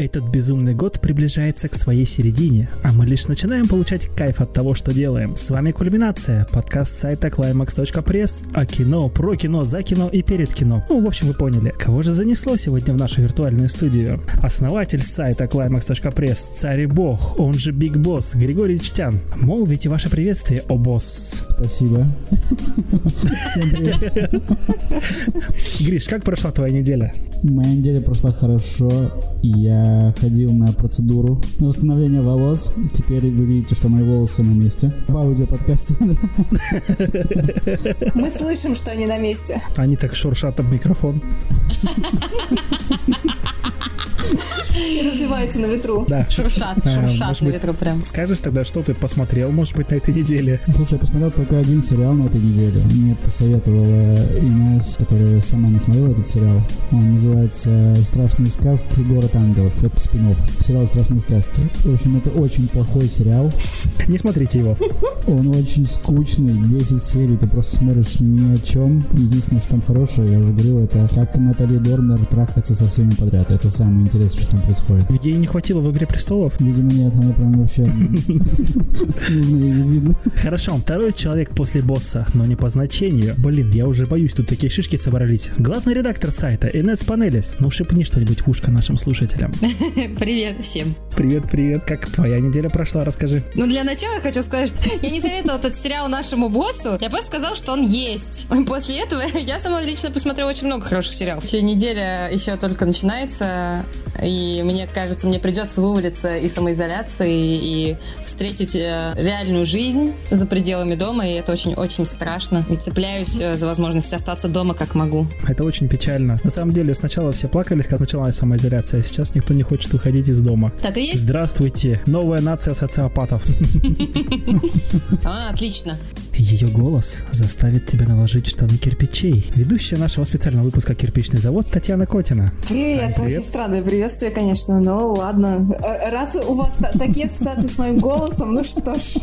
Этот безумный год приближается к своей середине, а мы лишь начинаем получать кайф от того, что делаем. С вами «Кульминация», подкаст сайта climax.press о кино, про кино, за кино и перед кино. Ну, в общем, вы поняли. Кого же занесло сегодня в нашу виртуальную студию? Основатель сайта climax.press, царь и бог, он же Big Boss, Григорий Чтян. Молвите ваше приветствие, о босс. Спасибо. Всем привет. Гриш, как прошла твоя неделя? Моя неделя прошла хорошо. Я ходил на процедуру на восстановление волос. Теперь вы видите, что мои волосы на месте. В аудиоподкасте. Мы слышим, что они на месте. Они так шуршат об микрофон. И развиваются на ветру. Да. Шуршат на ветру прям. Скажешь тогда, что ты посмотрел, может быть, на этой неделе? Слушай, я посмотрел только один сериал на этой неделе. Мне посоветовала Инесс, которая сама не смотрела этот сериал. Он называется «Страшные сказки. Город ангелов». Это спин-офф к сериалу «Страшные сказки». В общем, это очень плохой сериал. Не смотрите его. Он очень скучный. 10 серий, ты просто смотришь ни о чем. Единственное, что там хорошее, я уже говорил, это как Натали Дормер трахается со всеми подряд. Это самое интересное, что там происходит. Ей не хватило в «Игре престолов»? Видимо, нет, она прям вообще не видно. Хорошо, второй человек после босса, но не по значению. Блин, я уже боюсь, тут такие шишки собрались. Главный редактор сайта Инесс Панелис. Ну, шепни что-нибудь в ушко нашим слушателям. Привет всем. Привет. Как твоя неделя прошла, расскажи. Ну, для начала хочу сказать, что я не советовала этот сериал нашему боссу, я просто сказала, что он есть. После этого я сама лично посмотрела очень много хороших сериалов. Неделя еще только начинается, и мне кажется, мне придется вывалиться из самоизоляции и встретить реальную жизнь за пределами дома, и это очень-очень страшно. И цепляюсь за возможность остаться дома как могу. Это очень печально. На самом деле, сначала все плакались, когда началась самоизоляция, а сейчас никто не хочет выходить из дома. Так и есть? Здравствуйте, новая нация социопатов. Отлично. Ее голос заставит тебя наложить штаны кирпичей. Ведущая нашего специального выпуска «Кирпичный завод» Татьяна Котина. Привет. Очень странное приветствие, конечно, но ладно. Раз у вас такие ассоциации с моим голосом, ну что ж.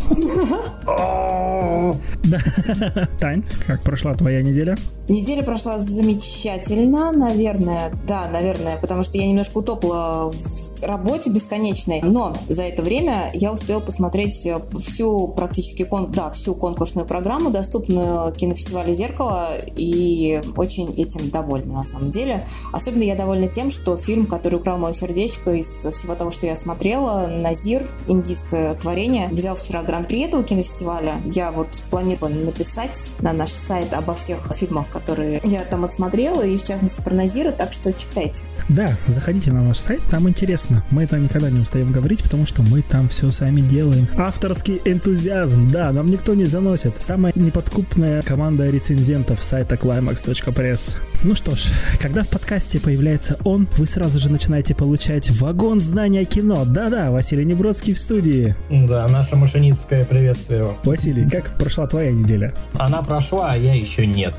Тань, как прошла твоя неделя? Неделя прошла замечательно, наверное, потому что я немножко утопла в работе бесконечной, но за это время я успела посмотреть всю конкурсную программу, доступную кинофестивалю «Зеркало», и очень этим довольна на самом деле. Особенно я довольна тем, что фильм, который украл мое сердечко из всего того, что я смотрела, «Назир», индийское творение, взял вчера гран-при этого кинофестиваля. Я вот планирую написать на наш сайт обо всех фильмах, которые я там отсмотрела, и в частности про Назира, так что читайте. Да, заходите на наш сайт, там интересно. Мы это никогда не устаем говорить, потому что мы там все сами делаем. Авторский энтузиазм, да, нам никто не заносит. Самая неподкупная команда рецензентов сайта climax.press. Ну что ж, когда в подкасте появляется он, вы сразу же начинаете получать вагон знания кино. Да-да, Василий Небродский в студии. Да, наше машинистское приветствие. Василий, как прошла твоя неделя? Она прошла, а я еще нет.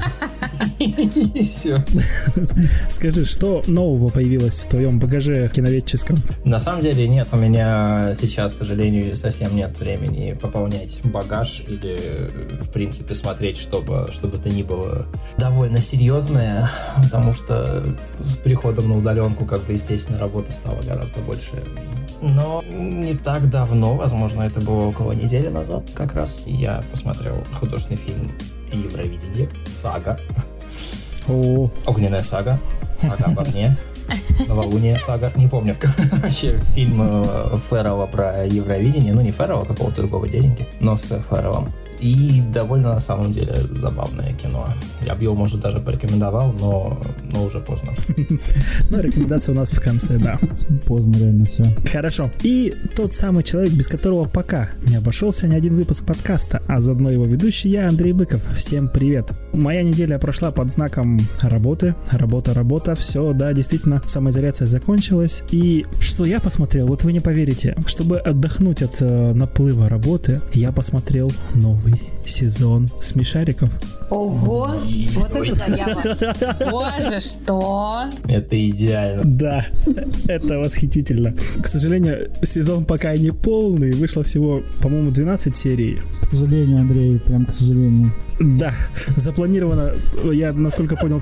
И все. Скажи, что нового появилось в твоем багаже киноведческом? На самом деле нет, у меня сейчас, к сожалению, совсем нет времени пополнять багаж или, в принципе, смотреть, чтобы то ни было довольно серьезное, потому что с приходом на удаленку, естественно, работы стало гораздо больше. Но не так давно, возможно, это было около недели назад как раз, я посмотрел художественный фильм «Евровидение. Сага». Огненная сага. Сага об огне. Новолуние сага. Не помню. Вообще фильм Феррелла про Евровидение. Ну, не Феррелла, какого-то другого дяденьки, но с Ферреллом. И довольно, на самом деле, забавное кино. Я бы его, может, даже порекомендовал, но уже поздно. Ну, рекомендация у нас в конце, да. Поздно, реально, все. Хорошо. И тот самый человек, без которого пока не обошелся ни один выпуск подкаста, а заодно его ведущий я, Андрей Быков. Всем привет. Моя неделя прошла под знаком работы. Работа. Все, да, действительно, самоизоляция закончилась. И что я посмотрел, вот вы не поверите, чтобы отдохнуть от наплыва работы, я посмотрел новый сезон смешариков. Ого, вот это заява. Боже, что? Это идеально. Да, это восхитительно. К сожалению, сезон пока не полный. Вышло всего, по-моему, 12 серий. К сожалению, Андрей, прям к сожалению. Да, запланировано, я насколько понял,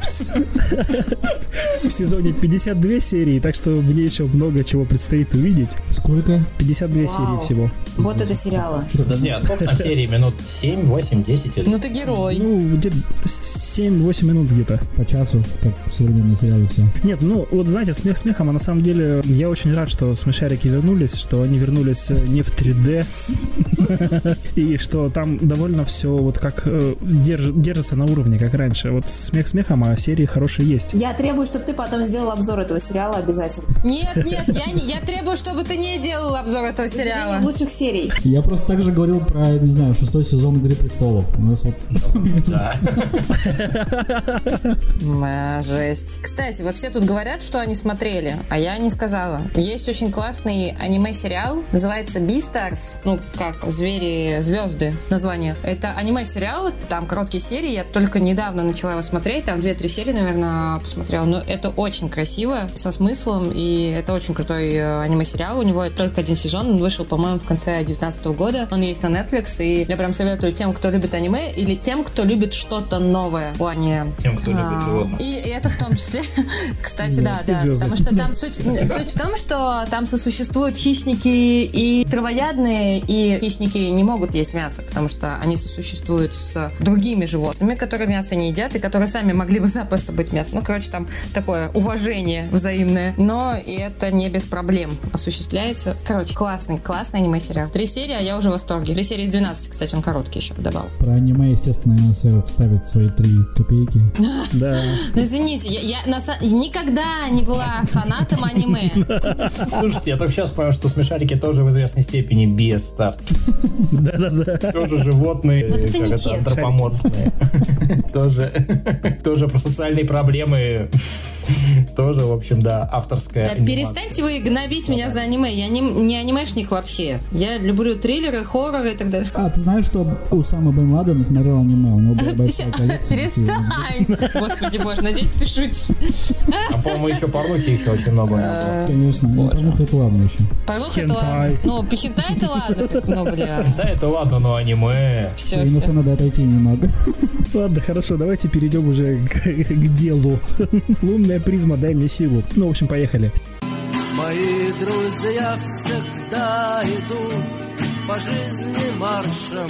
в сезоне 52 серии, так что мне еще много чего предстоит увидеть. Сколько? 52 Вау. серии всего. Вот это сериалы. Подожди, а сколько там серий? Минут 7, 8, 10? Или... Ну ты герой. Ну, где-то 7-8 минут где-то. По часу, как в современные сериалы все. Нет, ну, вот знаете, смех смехом, а на самом деле я очень рад, что смешарики вернулись, что они вернулись не в 3D, и что там довольно все вот как держится на уровне, как раньше. Вот смех смехом, а серии хорошие есть. Я требую, чтобы ты потом сделал обзор этого сериала обязательно. Нет, я требую, чтобы ты не делал обзор этого сериала. Лучших серий. Я просто также говорил про, не знаю, 6-й сезон «Игры престолов». У нас вот... Да. Жесть. Кстати, вот все тут говорят, что они смотрели, а я не сказала. Есть очень классный аниме-сериал, называется Beastars, ну, как звери-звезды название. Это аниме-сериал, там короткие серии, я только недавно начала его смотреть, там 2-3 серии, наверное, посмотрела, но это очень красиво, со смыслом, и это очень крутой аниме-сериал, у него только один сезон, он вышел, по-моему, в конце 2019 года, он есть на Netflix, и я прям советую тем, кто любит аниме, или тем, кто любит что-то новое в плане... Тем, кто любит животных. И это в том числе, кстати, да, потому что там суть в том, что там сосуществуют хищники и травоядные, и хищники не могут есть мясо, потому что они сосуществуют с другими животными, которые мясо не едят, и которые сами могли бы запросто быть мясом. Ну, короче, там такое уважение взаимное, но и это не без проблем осуществляется. Короче, классный аниме-сериал. 3 серии, а я уже в восторге. 3 серии из 12, кстати, он короткий еще добавил. Про аниме, естественно, НСР вставит свои 3 копейки. Да. Ну, извините, я никогда не была фанатом аниме. Слушайте, я только сейчас понял, что смешарики тоже в известной степени биостарцы. Да-да-да. Тоже животные, Вот это как это, нечестно. антропоморфные. Тоже про социальные проблемы. Тоже, в общем, да, авторская Да, анимация. перестаньте вы гнобить меня за аниме. Я не анимешник вообще. Я люблю триллеры, хорроры и так далее. А ты знаешь, что Усама бен Ладен смотрел аниме? У него была большая коллекция. Перестань! Господи боже, надеюсь, ты шутишь. Там, по-моему, еще порнухи еще очень много. Конечно, ну порнуха это ладно еще. Порнуха это ладно. Ну, хентай это ладно. Ну, бля. Да, это ладно, но аниме. Все, Инесса надо отойти немного. Ладно, хорошо, давайте перейдем уже к делу. Лунная призма, дай мне силу. Ну, в общем, поехали. Мои друзья всегда идут по жизни маршем,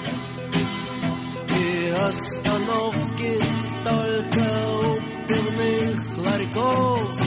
и остановки только у пивных ларьков.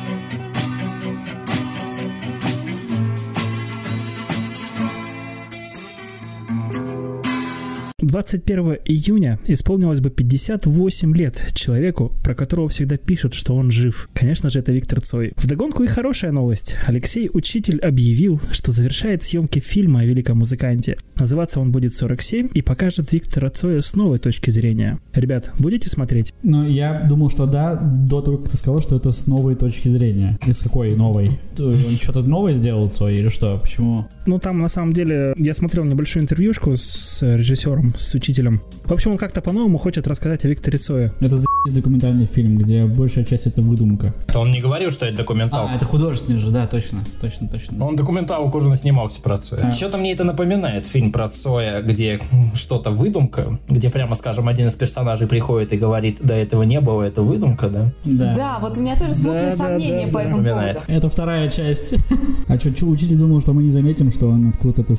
21 июня исполнилось бы 58 лет человеку, про которого всегда пишут, что он жив. Конечно же, это Виктор Цой. Вдогонку и хорошая новость. Алексей Учитель объявил, что завершает съемки фильма о великом музыканте. Называться он будет «47» и покажет Виктора Цоя с новой точки зрения. Ребят, будете смотреть? Ну, я думал, что да, до того, как ты сказал, что это с новой точки зрения. И с какой новой? Он что-то новое сделал Цой или что? Почему? Ну, там, на самом деле, я смотрел небольшую интервьюшку с режиссером, с учителем. В общем, он как-то по-новому хочет рассказать о Викторе Цое. Это документальный фильм, где большая часть это выдумка. Он не говорил, что это документалка. А, это художественный же, да, точно. Он документалку уже наснимался про Цоя. Что-то мне это напоминает фильм про Цоя, где что-то выдумка, где, прямо скажем, один из персонажей приходит и говорит, да этого не было, это выдумка, да? Да, вот у меня тоже смутные сомнения по этому Напоминает. поводу. Это вторая часть. А что, учитель думал, что мы не заметим, что он откуда-то это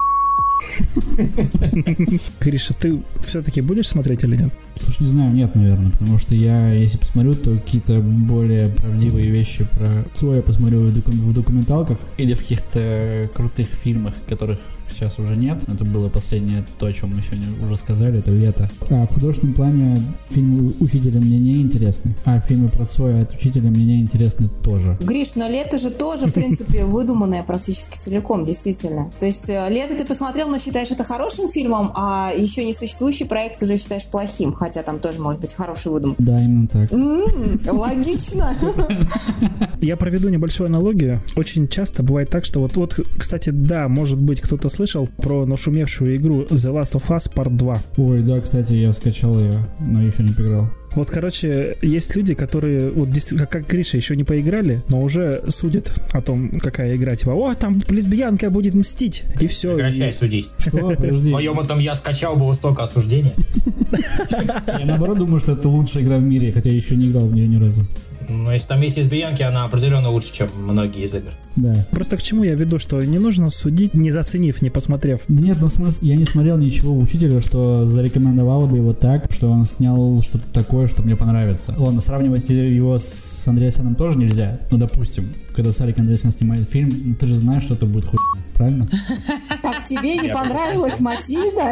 Гриша, ты все-таки будешь смотреть или нет? Слушай, не знаю, нет, наверное, потому что я, если посмотрю, то какие-то более правдивые вещи про Цоя посмотрю в документалках или в каких-то крутых фильмах, которых сейчас уже нет. Это было последнее то, о чем мы сегодня уже сказали, это «Лето». А в художественном плане фильмы «Учителя» мне не интересны, а фильмы про Цоя от «Учителя» мне не интересны тоже. Гриш, но «Лето» же тоже, в принципе, выдуманное практически целиком, действительно. То есть «Лето» ты посмотрел, посмотрел, но считаешь это хорошим фильмом, а еще не существующий проект уже считаешь плохим, хотя там тоже может быть хороший выдумка. Да, именно так. Логично. Я проведу небольшую аналогию. Очень часто бывает так, что вот, кстати, да, может быть, кто-то слышал про нашумевшую игру The Last of Us Part 2. Ой, да, кстати, я скачал ее, но еще не поиграл. Вот, короче, есть люди, которые, вот, как Гриша, еще не поиграли, но уже судят о том, какая игра. Типа, о, там лесбиянка будет мстить, и все. Прекращай судить. Что? Подожди. В моем этом я скачал, было столько осуждения. Я наоборот думаю, что это лучшая игра в мире, хотя я еще не играл в нее ни разу. Но если там есть лесбиянки, она определенно лучше, чем многие из игр. Да. Просто к чему я веду, что не нужно судить, не заценив, не посмотрев. Да нет, ну в смысле, я не смотрел ничего у учителя, что зарекомендовало бы его так, что он снял что-то такое, что мне понравится. Ладно, сравнивать его с Андреасяном тоже нельзя, но допустим, когда Сарик Андреасян снимает фильм, ты же знаешь, что это будет хуйня, правильно? Так тебе не понравилась Матильда?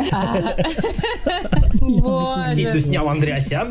Матильду снял Андреасян?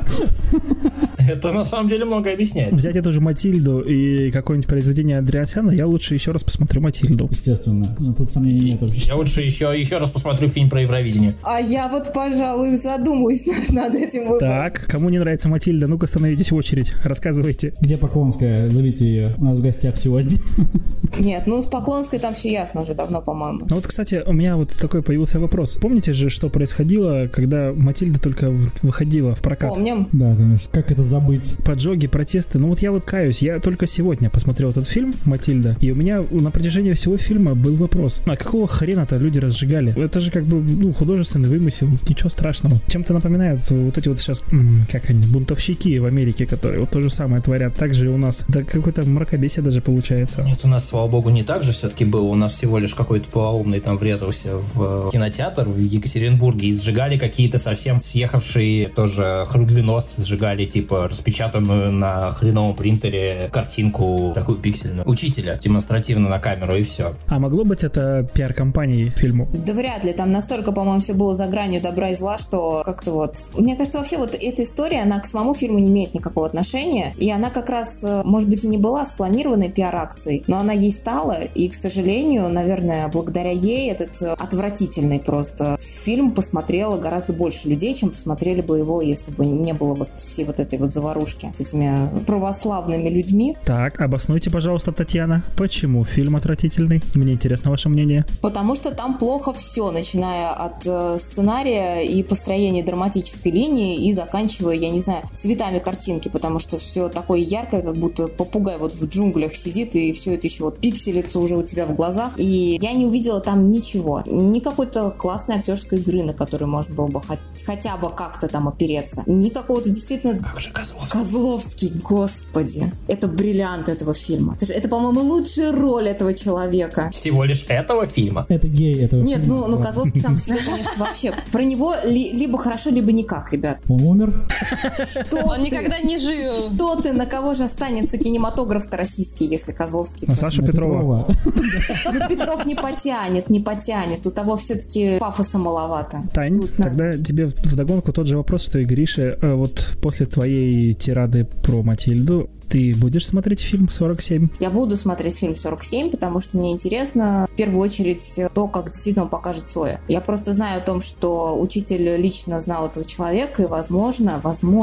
Это на самом деле многое объясняет. Взять эту же Матильду и какое-нибудь произведение Андреасяна, я лучше еще раз посмотрю Матильду. Естественно, но тут сомнений нет вообще. Я лучше еще раз посмотрю фильм про Евровидение. А я вот, пожалуй, задумаюсь над этим выбором. Так, кому не нравится Матильда, ну-ка становитесь в очередь, рассказывайте. Где Поклонская? Зовите ее. У нас в гостях сегодня. Нет, ну с Поклонской там все ясно уже давно, по-моему. Ну вот, кстати, у меня вот такой появился вопрос. Помните же, что происходило, когда Матильда только выходила в прокат? Помним. Да, конечно. Как это забыть? Поджоги, протесты. Ну вот я вот каюсь, я только сегодня посмотрел этот фильм «Матильда», и у меня на протяжении всего фильма был вопрос, а какого хрена-то люди разжигали? Это же как бы, ну, художественный вымысел, ничего страшного. Чем-то напоминают вот эти вот сейчас, как они, бунтовщики в Америке, которые вот то же самое творят, так же и у нас. Да какой-то мракобесие даже получается. Нет, у нас, слава богу, не так же все-таки было. У нас всего лишь какой-то полоумный там врезался в кинотеатр в Екатеринбурге и сжигали какие-то совсем съехавшие тоже хругвеносцы, сжигали типа распечатанную на хреновом принтере картинку такую пиксельную учителя демонстративно на камеру, и все. А могло быть это пиар-компанией фильму? Да вряд ли, там настолько, по-моему, все было за гранью добра и зла, что как-то вот... Мне кажется, вообще вот эта история, она к самому фильму не имеет никакого отношения, и она как раз, может быть, и не была спланированной пиар-акцией, но она ей стала, и, к сожалению, наверное, благодаря ей этот отвратительный просто фильм посмотрело гораздо больше людей, чем посмотрели бы его, если бы не было вот всей вот этой вот заварушки с этими православными людьми. Так, обоснуйте, пожалуйста, Татьяна, почему фильм отвратительный? Мне интересно ваше мнение. Потому что там плохо все, начиная от сценария и построения драматической линии и заканчивая, я не знаю, цветами картинки, потому что все такое яркое, как будто попугай вот в джунглях сидит, и все это еще вот пикселится уже у тебя в глазах. И я не увидела там ничего. Ни какой-то классной актерской игры, на которую можно было бы хотя бы как-то там опереться. Ни какого-то действительно... Как же Козловский? Козловский, господи. Это бриллиант этого фильма. Это, по-моему, лучшая роль этого человека. Всего лишь этого фильма? Это гей этого Нет, фильма. ну Козловский сам по себе, конечно, вообще. Про него либо хорошо, либо никак, ребят. Он умер? Что Он ты? никогда не жил. Что ты? На кого же останется кинематограф-то российский, если Козловский? На Сашу Петрова. Ну, Петров не потянет. У того все-таки пафоса маловато. Тань, Тут, да. тогда тебе вдогонку тот же вопрос, что и Грише. Вот после твоей тирады про Матильду, ты будешь смотреть фильм «47»? Я буду смотреть фильм «47», потому что мне интересно, в первую очередь, то, как действительно он покажет Цоя. Я просто знаю о том, что учитель лично знал этого человека, и, возможно,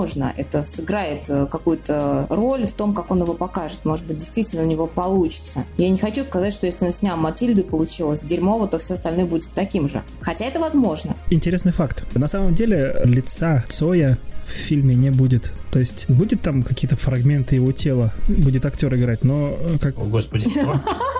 это сыграет какую-то роль в том, как он его покажет. Может быть, действительно у него получится. Я не хочу сказать, что если он снял Матильду и получилось дерьмово, то все остальное будет таким же. Хотя это возможно. Интересный факт. На самом деле лица Цоя в фильме не будет. То есть будет там какие-то фрагменты его тела, будет актер играть, но как... О, господи, что?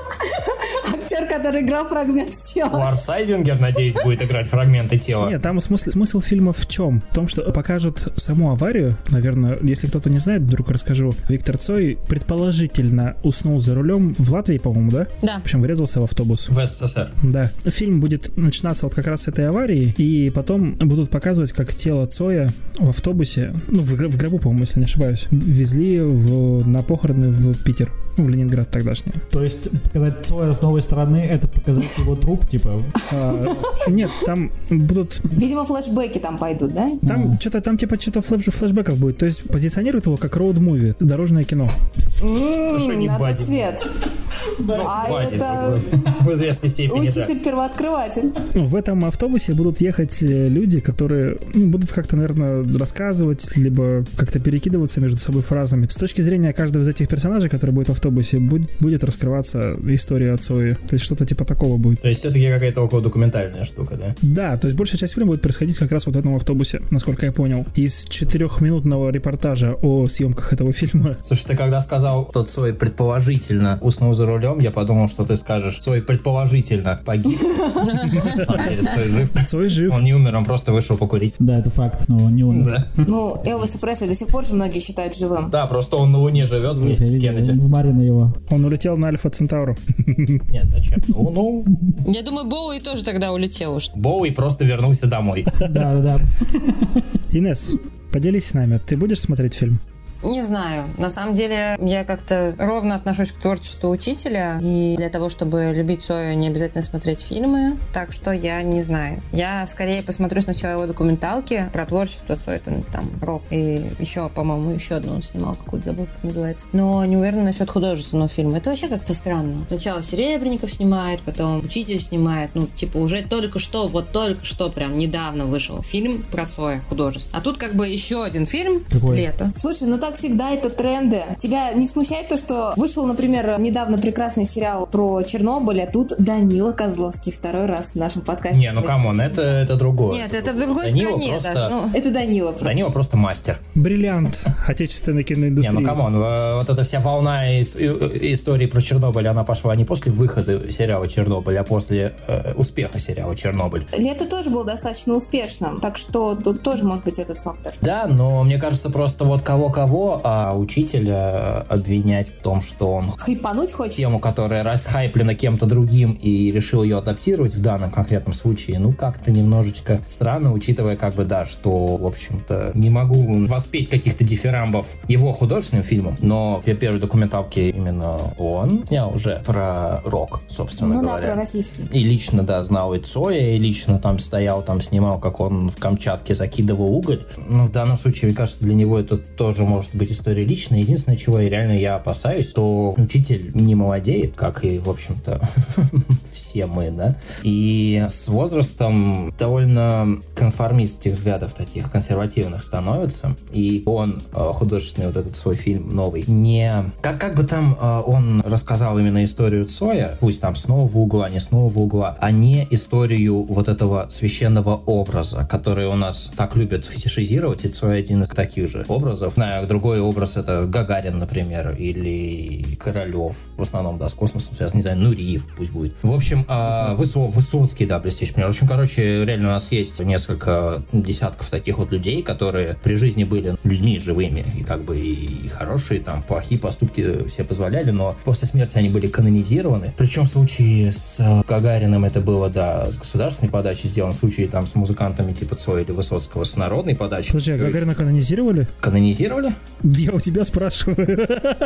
Актер, который играл фрагмент тела. Ларс-Айзингер, надеюсь, будет играть фрагменты тела. Нет, там смысл фильма в чем? В том, что покажут саму аварию. Наверное, если кто-то не знает, вдруг расскажу. Виктор Цой предположительно уснул за рулем в Латвии, по-моему, да? Да. В общем, врезался в автобус. В СССР. Да. Фильм будет начинаться вот как раз с этой аварии, и потом будут показывать, как тело Цоя в автобусе, ну, в гробу, по-моему, если не ошибаюсь, везли на похороны в Питер, в Ленинград тогдашний. То есть показать Цоя с новой стороны, это показать его труп, типа? Нет, там будут... Видимо, флешбеки там пойдут, да? Там что-то флешбеков будет. То есть позиционируют его как роуд-муви, дорожное кино. не Надо бадим. цвет. А хватит, это в известной степени, да. учитель-первооткрыватель. В этом автобусе будут ехать люди, которые будут как-то, наверное, рассказывать, либо как-то перекидываться между собой фразами. С точки зрения каждого из этих персонажей, который будет в автобусе, будет раскрываться история Цои. То есть что-то типа такого будет. То есть все-таки какая-то около документальная штука, да? Да, то есть большая часть фильма будет происходить как раз вот в этом автобусе, насколько я понял. Из 4-минутного репортажа о съемках этого фильма. Слушай, ты когда сказал, что Цой предположительно уснул за рулем, я подумал, что ты скажешь, Цой предположительно погиб. На самом деле, Цой жив. Цой жив. Он не умер, он просто вышел покурить. Да, это факт, но он не умер. Да. Ну, Элвиса Пресли до сих пор же многие считают живым. Да, просто он на Луне живет вместе с Кеннеди. В Марина его. Он улетел на Альфа Центавру. Нет, зачем? Ну, Я думаю, Боуи тоже тогда улетел уж. Боуи просто вернулся домой. Да. Инесс, поделись с нами, ты будешь смотреть фильм? Не знаю. На самом деле, я как-то ровно отношусь к творчеству учителя, и для того, чтобы любить Цою, не обязательно смотреть фильмы, так что я не знаю. Я скорее посмотрю сначала его документалки про творчество Цоя, там, рок, и еще, по-моему, еще одну он снимал, какую-то забыл, как называется. Но не уверена насчет художественного фильма. Это вообще как-то странно. Сначала Серебренников снимает, потом учитель снимает, уже только что прям недавно вышел фильм про Цоя, художество. А тут как бы еще один фильм, Какой? «Лето». Слушай, так всегда это тренды. Тебя не смущает то, что вышел, например, недавно прекрасный сериал про Чернобыль, а тут Данила Козловский второй раз в нашем подкасте. Не, ну камон, это другое. Нет, это в другой Данила стране просто... даже. Это Данила просто. Данила просто мастер. Бриллиант отечественной киноиндустрии. Не, ну камон, вот эта вся волна истории про Чернобыль, она пошла не после выхода сериала «Чернобыль», а после успеха сериала «Чернобыль». Лето тоже был достаточно успешным, так что тут тоже может быть этот фактор. Да, но мне кажется, просто вот кого-кого, а учителя обвинять в том, что он Хайпануть хочет? тему, которая расхайплена кем-то другим и решил ее адаптировать в данном конкретном случае, как-то немножечко странно, учитывая что, в общем-то, не могу воспеть каких-то дифирамбов его художественным фильмам, но в первой документалке именно он снял уже про рок, собственно говоря. Про российский. И лично, знал и Цоя, и лично там стоял, снимал, как он в Камчатке закидывал уголь. В данном случае, мне кажется, для него это тоже может быть история личная. Единственное, чего я опасаюсь, то учитель не молодеет, как и, в общем-то, все мы, да. И с возрастом довольно конформистских взглядов, таких консервативных становится. И он художественный вот этот свой фильм новый не... Как бы там он рассказал именно историю Цоя, пусть там с нового угла, не с нового угла, а не историю вот этого священного образа, который у нас так любят фетишизировать, и Цой один из таких же образов. Другой образ — это Гагарин, например, или Королев, в основном, с космосом связан, не знаю, Нуриев пусть будет. В общем, Высоцкий, блестящий пример. В общем, реально у нас есть несколько десятков таких вот людей, которые при жизни были людьми живыми, и и хорошие, плохие поступки все позволяли, но после смерти они были канонизированы. Причем в случае с Гагариным это было, с государственной подачи сделано, в случае с музыкантами типа Цоя или Высоцкого с народной подачи. Слушай, а Гагарина канонизировали? Канонизировали? Я у тебя спрашиваю.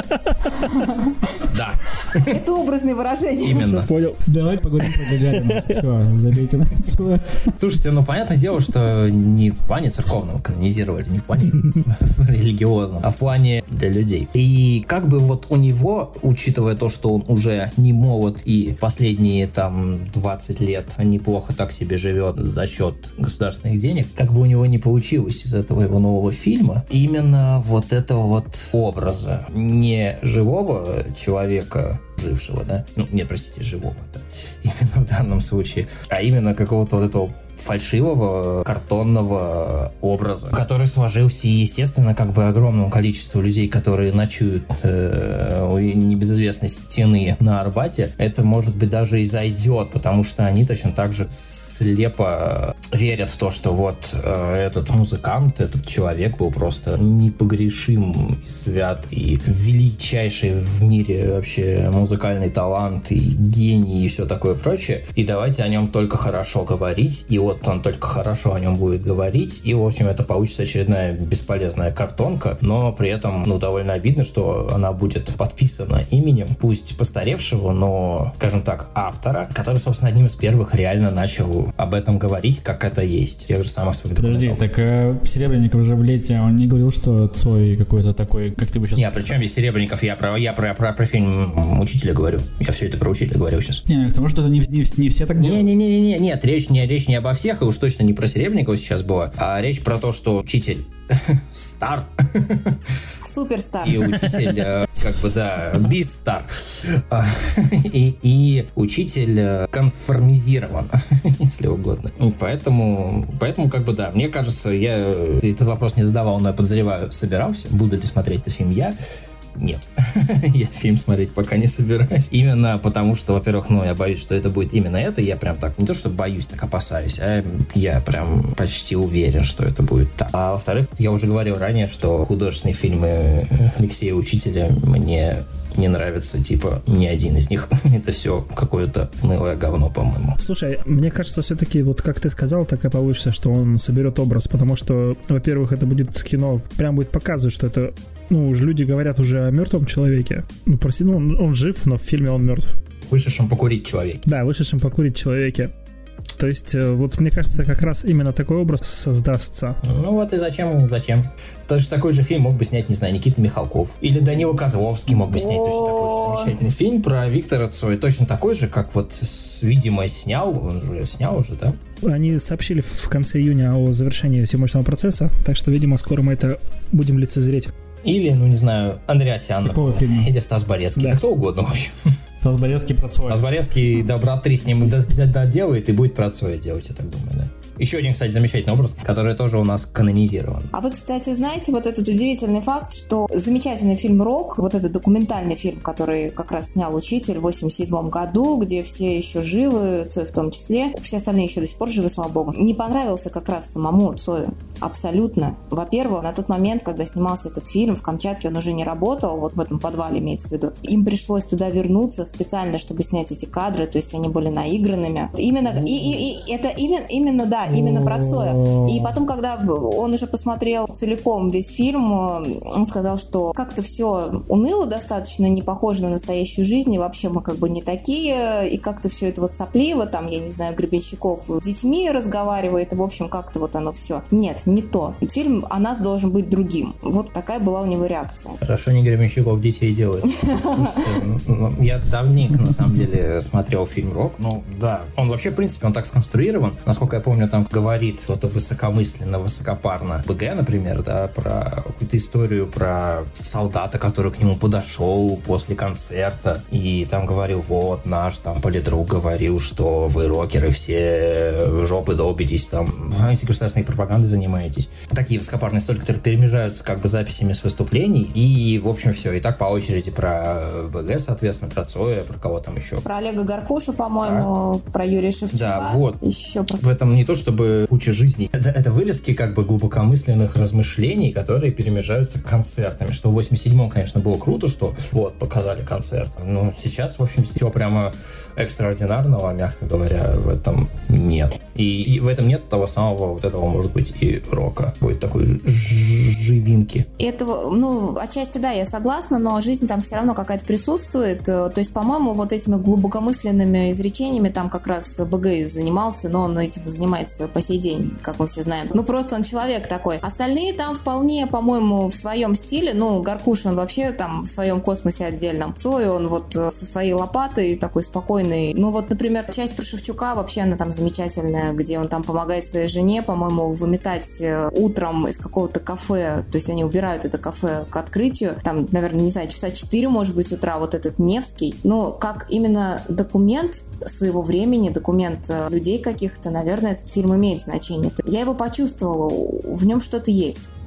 Да. Это образные выражения. Именно. Понял. Давайте поговорим про Гагарина. Все, забейте на это. Слушайте, понятное дело, что не в плане церковного канонизировали, не в плане религиозном, а в плане для людей. И у него, учитывая то, что он уже не молод и последние 20 лет неплохо так себе живет за счет государственных денег, у него не получилось из этого его нового фильма именно вот этого образа не живого человека, жившего, живого, именно в данном случае, а именно какого-то этого фальшивого картонного образа, который сложился, естественно, огромному количеству людей, которые ночуют у небезызвестной стены на Арбате, это, может быть, даже и зайдет, потому что они точно так же слепо верят в то, что этот музыкант, этот человек был просто непогрешим и свят, и величайший в мире вообще музыкальный талант, и гений, и все такое прочее. круче, и давайте о нем только хорошо говорить, и вот он только хорошо о нем будет говорить, и, в общем, это получится очередная бесполезная картонка, но при этом, ну, довольно обидно, что она будет подписана именем, пусть постаревшего, но, скажем так, автора, который, собственно, одним из первых реально начал об этом говорить, как это есть. Тех же самых своих Подожди, так Серебренников же в «Лете», он не говорил, что Цой какой-то такой, как ты бы сейчас... Не, при чем здесь Серебренников? Я про фильм «Учителя» говорю. Я все это про «Учителя» говорю сейчас. Не, потому что это не все так делают. Нет, речь не обо всех, и уж точно не про Серебренникова сейчас была, а речь про то, что учитель стар. Суперстар. И учитель, как бы, да, бистар. И учитель конформизирован, если угодно. Поэтому, как бы, да, мне кажется, я этот вопрос не задавал, но я подозреваю, собирался, буду ли смотреть этот фильм я. Нет, я фильм смотреть пока не собираюсь. Именно потому, что, во-первых, я боюсь, что это будет именно это. Я прям так, не то что боюсь, так опасаюсь, а я прям почти уверен, что это будет так. А во-вторых, я уже говорил ранее, что художественные фильмы Алексея Учителя мне не нравится, типа, ни один из них. Это все какое-то унылое говно, по-моему. Слушай, мне кажется, все-таки, вот как ты сказал, так и получится, что он соберет образ, потому что, во-первых, это будет кино, прям будет показывать, что это, уже люди говорят уже о мертвом человеке. Он жив, но в фильме он мертв. Вышедшем покурить человеке. Да, вышедшем покурить человеке. То есть, вот мне кажется, как раз именно такой образ создастся. Вот и зачем? Тоже такой же фильм мог бы снять, не знаю, Никита Михалков. Или Данила Козловский мог бы снять точно такой же замечательный фильм про Виктора Цоя. Точно такой же, как вот, видимо, снял. Он же снял уже, да? Они сообщили в конце июня о завершении съемочного процесса, так что, видимо, скоро мы это будем лицезреть. Или, не знаю, Андреасян. Какого фильма? Или Стас Борецкий. Да кто угодно, в общем. Стас Борецкий про Цоя. Стас Борецкий Добра 3 с ним доделает и будет про Цоя делать, я так думаю, да. Еще один, кстати, замечательный образ, который тоже у нас канонизирован. А вы, кстати, знаете вот этот удивительный факт, что замечательный фильм «Рок», вот этот документальный фильм, который как раз снял «Учитель» в 1987 году, где все еще живы, Цой в том числе, все остальные еще до сих пор живы, слава богу, не понравился как раз самому Цою. Абсолютно. Во-первых, на тот момент, когда снимался этот фильм, в Камчатке он уже не работал, вот в этом подвале имеется в виду. Им пришлось туда вернуться специально, чтобы снять эти кадры, то есть они были наигранными. Именно про Цоя. И потом, когда он уже посмотрел целиком весь фильм, он сказал, что как-то все уныло достаточно, не похоже на настоящую жизнь, и вообще мы как бы не такие, и как-то все это вот сопливо, там, я не знаю, Гребенщиков с детьми разговаривает, и, в общем, как-то вот оно все. Нет, не то. Фильм о нас должен быть другим. Вот такая была у него реакция. Хорошо, не Гребенщиков детей делает. Я давненько, на самом деле, смотрел фильм «Рок». Да, он вообще, в принципе, он так сконструирован. Насколько я помню, там говорит кто-то высокомысленно, высокопарно. БГ, например, да, про какую-то историю про солдата, который к нему подошел после концерта и там говорил, вот, наш там политрук говорил, что вы, рокеры, все в жопы долбитесь, там, антигосударственной пропагандой занимаетесь. Такие высокопарные истории, которые перемежаются как бы записями с выступлений, и, в общем, все. И так по очереди про БГ, соответственно, про Цоя, про кого там еще. Про Олега Гаркушу, по-моему, про Юрия Шевчука. Да, вот. Еще про... В этом не то, чтобы куча жизней. Это вылезки как бы глубокомысленных размышлений, которые перемежаются концертами. Что в 87-м, конечно, было круто, что вот, показали концерт. Но сейчас, в общем, ничего прямо экстраординарного, мягко говоря, в этом нет. И в этом нет того самого вот этого, может быть, и рока. Какой-то такой живинки. Этого, отчасти, да, я согласна, но жизнь там все равно какая-то присутствует. То есть, по-моему, вот этими глубокомысленными изречениями там как раз БГ занимался, но он этим занимается по сей день, как мы все знаем. Просто он человек такой. Остальные там вполне, по-моему, в своем стиле. Гаркуш, он вообще там в своем космосе отдельном. Цой, он вот со своей лопатой такой спокойный. Например, часть про Шевчука вообще она там замечательная, где он там помогает своей жене, по-моему, выметать утром из какого-то кафе. То есть они убирают это кафе к открытию. Там, наверное, не знаю, часа 4, может быть, с утра вот этот Невский. Но как именно документ своего времени, документ людей каких-то, наверное, этот фильм имеет значение. Я его почувствовала, в нем что-то есть.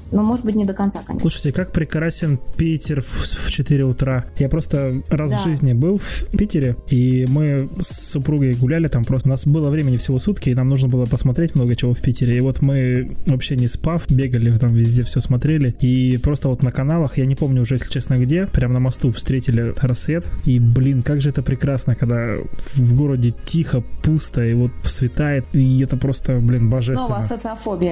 но, может быть, не до конца, конечно. Слушайте, как прекрасен Питер в 4 утра. Я просто раз в жизни был в Питере, и мы с супругой гуляли там просто. У нас было времени всего сутки, и нам нужно было посмотреть много чего в Питере. И вот мы, вообще не спав, бегали там везде, все смотрели. И просто вот на каналах, я не помню уже, если честно, где, прямо на мосту встретили рассвет. И, блин, как же это прекрасно, когда в городе тихо, пусто, и вот светает. И это просто, блин, божественно. Снова социофобия.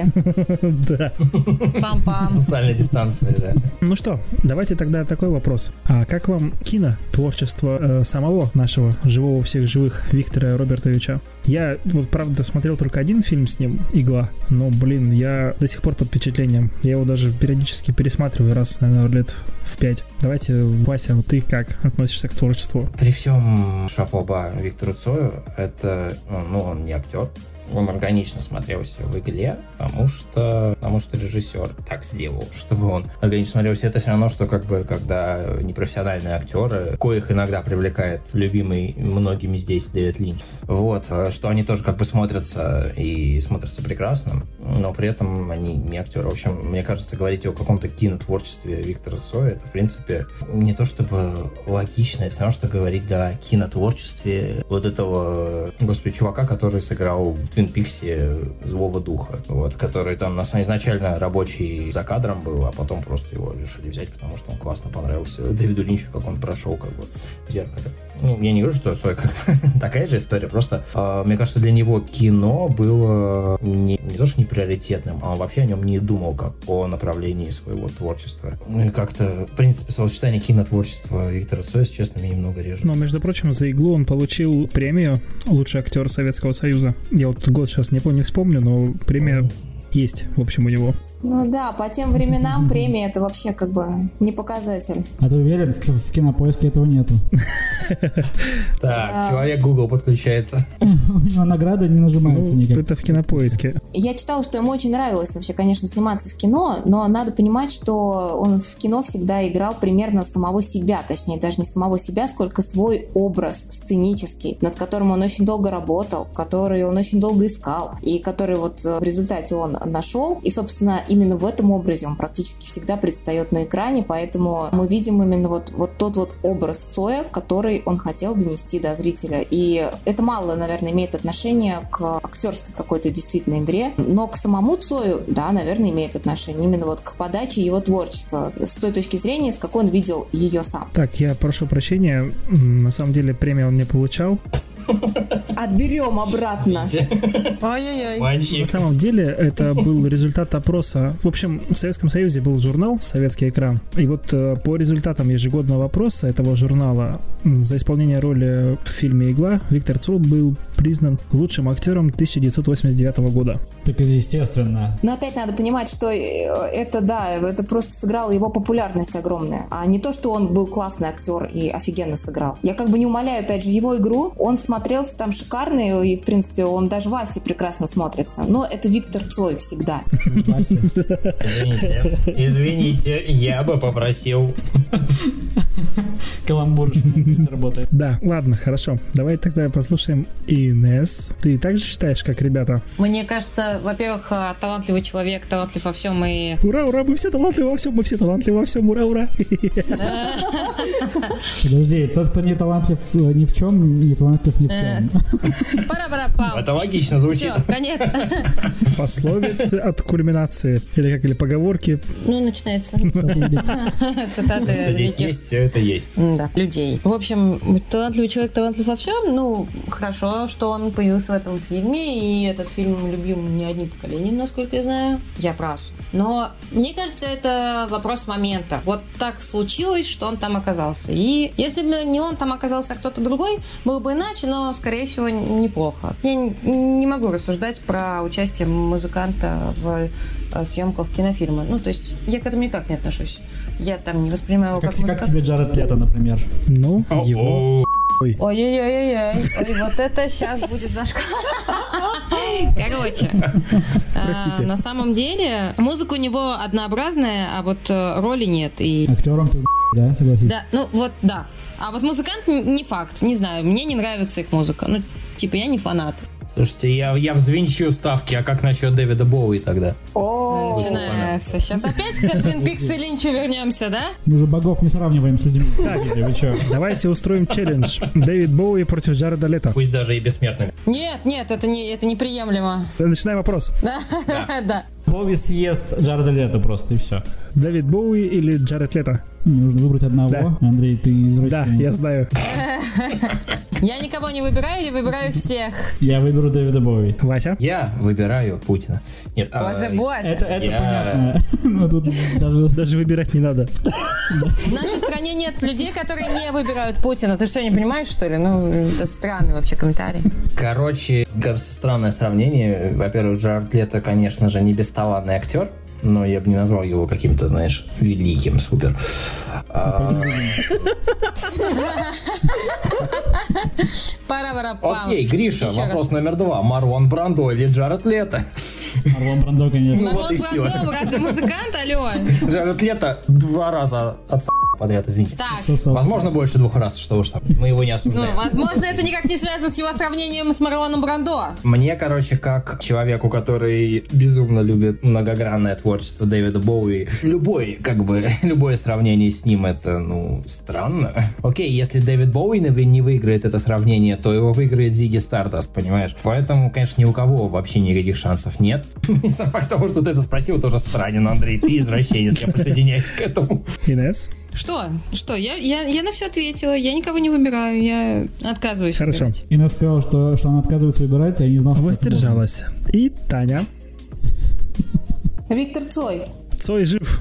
Да. Пам-пам. Социальная дистанция, да. Ну что, давайте тогда такой вопрос. А как вам кинотворчество самого нашего живого всех живых Виктора Робертовича? Я вот, правда, смотрел только один фильм с ним, «Игла», но, блин, я до сих пор под впечатлением. Я его даже периодически пересматриваю раз, наверное, лет в 5. Давайте, Вася, вот ты как относишься к творчеству? При всем шапоба Виктору Цою, это, ну, он не актер. Он органично смотрелся в «Игле», потому что режиссер так сделал, чтобы он органично смотрелся. Это все равно, что как бы, когда непрофессиональные актеры, коих иногда привлекает любимый многими здесь Дэвид Линч, вот, что они тоже как бы смотрятся и смотрятся прекрасно, но при этом они не актеры. В общем, мне кажется, говорить о каком-то кинотворчестве Виктора Цоя, это, в принципе, не то чтобы логично, это все равно, что говорить о кинотворчестве вот этого, господи, чувака, который сыграл в Твин Пиксе злого духа, вот, который там изначально рабочий за кадром был, а потом просто его решили взять, потому что он классно понравился Дэвиду Линчу, как он прошел как бы в зеркале. Ну, я не говорю, что Цой как такая же история, просто мне кажется, для него кино было не то, что не приоритетным, а он вообще о нем не думал как о направлении своего творчества. Ну и как-то, в принципе, сочетание кинотворчества Виктора Цоя, если честно, меня немного режет. Но, между прочим, за «Иглу» он получил премию «Лучший актер Советского Союза». Я вот год сейчас не вспомню, но премия есть, в общем, у него. Ну да, по тем временам премия это вообще как бы не показатель. А ты уверен, в Кинопоиске этого нету? Так, человек Google подключается. У него награда не нажимается никак. Это в Кинопоиске. Я читала, что ему очень нравилось вообще, конечно, сниматься в кино, но надо понимать, что он в кино всегда играл примерно самого себя, точнее, даже не самого себя, сколько свой образ сценический, над которым он очень долго работал, который он очень долго искал, и который вот в результате он нашел. И, собственно, именно в этом образе он практически всегда предстает на экране, поэтому мы видим именно вот тот вот образ Цоя, который он хотел донести до зрителя. И это мало, наверное, имеет отношение к актерской какой-то действительно игре, но к самому Цою, да, наверное, имеет отношение именно вот к подаче его творчества, с той точки зрения, с какой он видел ее сам. Так, я прошу прощения, на самом деле премию он не получал. Отберем обратно. Ой-ой-ой. На самом деле это был результат опроса. В общем, в Советском Союзе был журнал «Советский экран». И вот по результатам ежегодного опроса этого журнала за исполнение роли в фильме «Игла» Виктор Цой был признан лучшим актером 1989 года. Так это естественно. Но опять надо понимать, что это, да, это просто сыграло его популярность огромная, а не то, что он был классный актер и офигенно сыграл. Я как бы не умаляю, опять же, его игру. Он смотрелся там шикарно, и, в принципе, он даже в Асе прекрасно смотрится. Но это Виктор Цой всегда. Извините, я бы попросил. Каламбур работает. Да, ладно, хорошо. Давай тогда послушаем Инесс. Ты также считаешь, как ребята? Мне кажется, во-первых, талантливый человек, талантлив во всем и... Ура, ура, мы все талантливы во всем, мы все талантливы во всем, ура, ура. Подожди, тот, кто не талантлив ни в чем, не талантлив ни в чем. Пара-пара-пам. Это логично звучит. Все, конец. Пословицы от кульминации. Или поговорки. Ну, начинается. Цитаты Здесь великих. есть, все это есть. Да, людей. В общем, талантливый человек, талантлив во всем. Ну, хорошо, что он появился в этом фильме, и этот фильм любил не одним поколением, насколько я знаю. Я про Асу. Но мне кажется, это вопрос момента. Вот так случилось, что он там оказался. И если бы не он там оказался, а кто-то другой, было бы иначе, но, скорее всего, неплохо. Я не могу рассуждать про участие музыканта в съемках кинофильма. Ну, то есть, я к этому никак не отношусь. Я там не воспринимаю его как музыкант. Как тебе Джаред Лето, например? Ну, его... Ой-ой-ой-ой-ой. Ой, вот это сейчас будет зашкал. Короче. Простите. На самом деле, музыка у него однообразная, а вот роли нет. И... Актером ты да, согласись? Да, ну вот, да. А вот музыкант не факт, не знаю, мне не нравится их музыка. Ну, типа, я не фанат. Слушайте, я взвинчу ставки, а как насчет Дэвида Боуи тогда? Начинается. Сейчас опять к Твин Пикс и Линчу вернемся, да? Мы же богов не сравниваем с людьми. Так, вы чё? Давайте устроим челлендж. Дэвид Боуи против Джареда Лето. Пусть даже и бессмертными. Нет, это неприемлемо. Начинаем вопрос. Да. Боуи съест Джареда Лето просто, и все. Дэвид Боуи или Джаред Лето? Нужно выбрать одного. Да. Андрей, ты извращенец. Да, я знаю. Я никого не выбираю или выбираю всех? Я выберу Дэвида Боуи. Вася? Я выбираю Путина. Нет, Боже. Это Я- понятно. Но тут Даже выбирать не надо. В нашей стране нет людей, которые не выбирают Путина. Ты что, не понимаешь, что ли? Это странный вообще комментарий. Короче, кажется, странное сравнение. Во-первых, Джаред Лето, конечно же, не бесталанный актер, но я бы не назвал его каким-то, знаешь, великим, супер. Пара-пара-пам. Окей, Гриша, Еще вопрос номер 2. Марлон Брандо или Джаред Лето? Марлон Брандо, конечно. вот и всё. Брандо, разве музыкант, алло? Джаред Лето 2 раза отца подряд, извините. Так, Возможно, больше 2 раз, что уж там. Мы его не ну, осуждаем. возможно, это никак не связано с его сравнением с Марлоном Брандо. Мне, короче, как человеку, который безумно любит многогранное творчество Дэвида Боуи, любое сравнение с ним, это, странно. Окей, если Дэвид Боуи не выиграет это сравнение, то его выиграет Зигги Стардаст, понимаешь? Поэтому, конечно, ни у кого вообще никаких шансов нет. И сам факт того, что ты это спросил, тоже странен, Андрей. Ты извращенец, я присоединяюсь к этому. Инесс? Что? Я на все ответила. Я никого не выбираю. Я отказываюсь Хорошо. выбирать. Инна сказала, что она отказывается выбирать, а я не знал, что это Воздержалась. И Таня. Виктор Цой. Цой жив.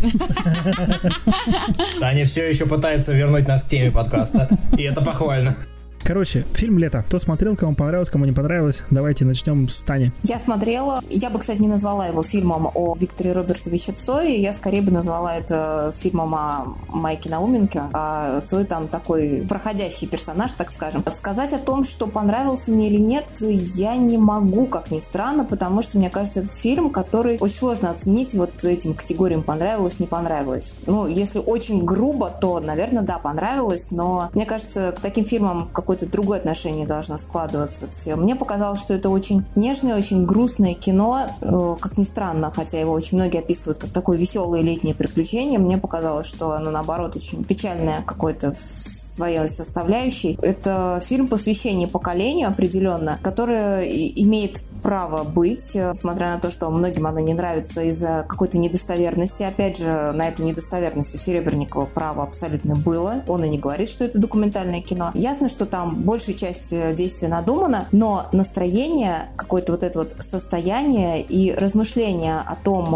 Таня все еще пытается вернуть нас к теме подкаста, и это похвально. Короче, фильм «Лето». Кто смотрел, кому понравилось, кому не понравилось. Давайте начнем с Тани. Я смотрела. Я бы, кстати, не назвала его фильмом о Викторе Робертовиче Цое. Я скорее бы назвала это фильмом о Майке Науменке. А Цой там такой проходящий персонаж, так скажем. Сказать о том, что понравился мне или нет, я не могу, как ни странно, потому что, мне кажется, этот фильм, который очень сложно оценить вот этим категориям понравилось, не понравилось. Если очень грубо, то, наверное, да, понравилось, но мне кажется, к таким фильмам какое-то другое отношение должно складываться. Мне показалось, что это очень нежное, очень грустное кино, как ни странно, хотя его очень многие описывают как такое веселое летнее приключение. Мне показалось, что оно, наоборот, очень печальное какое-то в своей составляющей. Это фильм посвящения поколению определенно, которое имеет право быть, несмотря на то, что многим оно не нравится из-за какой-то недостоверности. Опять же, на эту недостоверность у Серебренникова право абсолютно было. Он и не говорит, что это документальное кино. Ясно, что там большая часть действия надумана, но настроение, какое-то вот это вот состояние и размышления о том,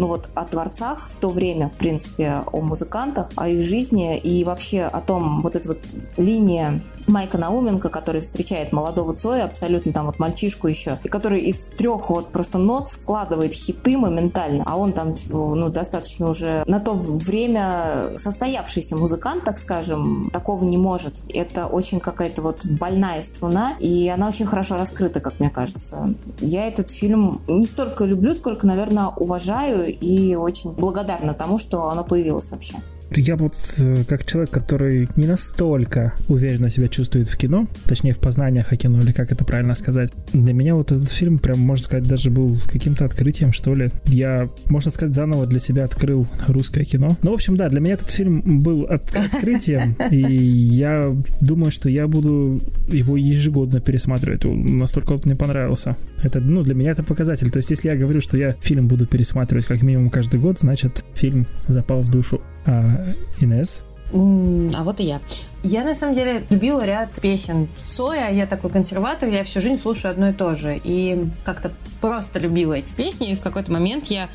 о творцах в то время, в принципе, о музыкантах, о их жизни и вообще о том, вот эта вот линия Майка Науменко, который встречает молодого Цоя, абсолютно там вот мальчишку еще, и который из 3 вот просто нот складывает хиты моментально, а он там, достаточно уже на то время состоявшийся музыкант, так скажем, такого не может. Это очень какая-то вот больная струна, и она очень хорошо раскрыта, как мне кажется. Я этот фильм не столько люблю, сколько, наверное, уважаю и очень благодарна тому, что оно появилось вообще. Я вот как человек, который не настолько уверенно себя чувствует в кино, точнее в познаниях о кино, или как это правильно сказать, для меня вот этот фильм прям, можно сказать, даже был каким-то открытием, что ли. Я, можно сказать, заново для себя открыл русское кино. В общем, да, для меня этот фильм был открытием, и я думаю, что я буду его ежегодно пересматривать. Настолько вот мне понравился. Это, для меня это показатель. То есть, если я говорю, что я фильм буду пересматривать как минимум каждый год, значит, фильм запал в душу. Инесс? А вот и я. Я, на самом деле, любила ряд песен Цоя. Я такой консерватор, я всю жизнь слушаю одно и то же. И как-то просто любила эти песни. И в какой-то момент я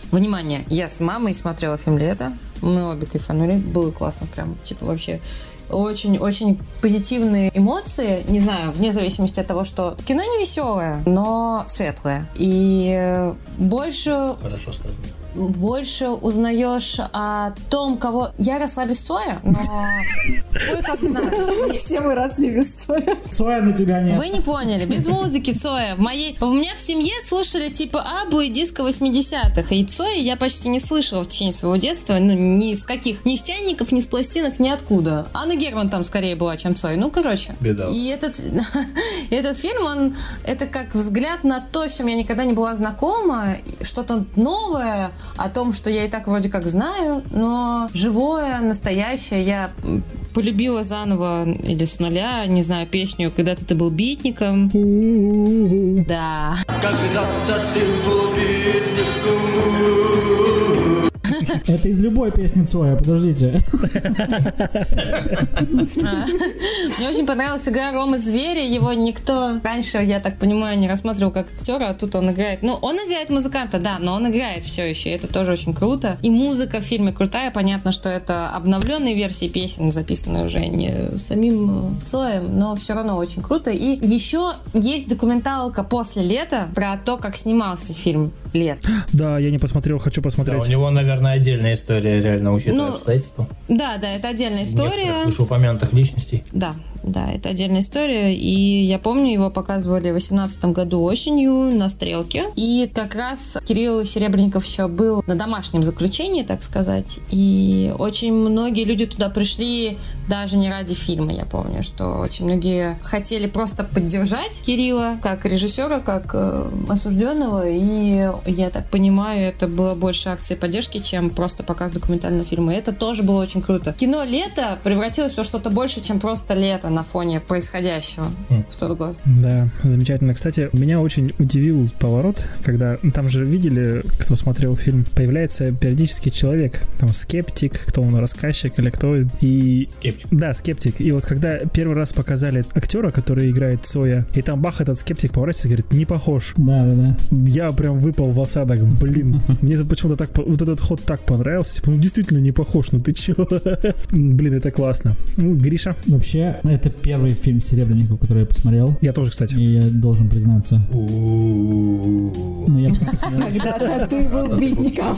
с мамой смотрела фильм «Лето». Мы обе кайфанули. Было классно прям, вообще... Очень-очень позитивные эмоции, не знаю, вне зависимости от того, что кино не веселое, но светлое. И больше... Хорошо сказано. больше узнаешь о том, кого... Я росла без Цоя, но кое-как знаю. Все мы росли без Цоя. Цоя на тебя нет. Вы не поняли, без музыки Цоя. У меня в семье слушали типа Аббу и диско 80-х, и Цоя я почти не слышала в течение своего детства, ну, ни с каких, ни с чайников, ни с пластинок, ниоткуда. Анна Герман там скорее была, чем Цой. Ну, короче. Беда. И этот фильм, это как взгляд на то, с чем я никогда не была знакома, что-то новое о том, что я и так вроде как знаю, но живое, настоящее. Я полюбила заново или с нуля, не знаю, песню «Когда-то ты был битником». Да. Когда-то ты был битником. Это из любой песни Цоя, подождите. Мне очень понравилась игра Ромы Зверя. Его никто раньше, я так понимаю, не рассматривал как актера, а тут он играет. Ну, он играет музыканта, да, но он играет все еще, и это тоже очень круто. И музыка в фильме крутая. Понятно, что это обновленные версии песен, записанные уже не самим Цоем, но все равно очень круто. И еще есть документалка «После лета» про то, как снимался фильм «Лет». Да, я не посмотрел, хочу посмотреть. Да, у него, наверное, отдельная история, реально учитывая обстоятельства. Да, это отдельная история. Некоторых вышеупомянутых личностей. Да, это отдельная история. И я помню, его показывали в 2018 году осенью на Стрелке. И как раз Кирилл Серебренников еще был на домашнем заключении, так сказать. И очень многие люди туда пришли даже не ради фильма. Я помню, что очень многие хотели просто поддержать Кирилла как режиссера, как осужденного. И я так понимаю, это было больше акции поддержки, чем просто показ документального фильма. И это тоже было очень круто. Кино «Лето» превратилось во что-то больше, чем просто лето на фоне происходящего в тот год. Да, замечательно. Кстати, меня очень удивил поворот, когда там же видели, кто смотрел фильм, появляется периодически человек, там скептик, кто он, рассказчик или кто. И... Скептик. Да, скептик. И вот когда первый раз показали актера, который играет Цоя, и там бах, этот скептик поворачивается и говорит, не похож. Да. Я прям выпал в осадок, блин. Мне почему-то так, вот этот ход так понравился. Типа, ну действительно не похож, ну ты чё? Блин, это классно. Ну, Гриша? Вообще, это первый фильм Серебренникова, который я посмотрел. Я тоже, кстати. И я должен признаться. Когда-то ты был битником.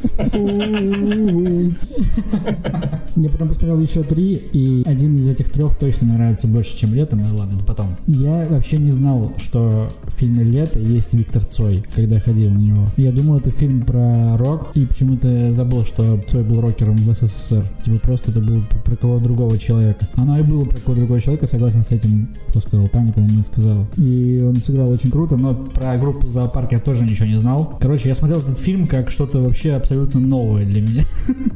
Я потом посмотрел еще 3, и один из этих 3 точно мне нравится больше, чем «Лето», но ладно, это потом. Я вообще не знал, что в фильме «Лето» есть Виктор Цой, когда я ходил на него. Я думал, это фильм про рок, и почему-то забыл, что Цой был рокером в СССР. Типа просто это было про кого-то другого человека. Оно и было про кого-то другого человека, согласен с этим, кто сказал, Таня, по-моему, сказал. И он сыграл очень круто, но про группу «Зоопарк» я тоже ничего не знал. Короче, я смотрел этот фильм как что-то вообще абсолютно новое для меня.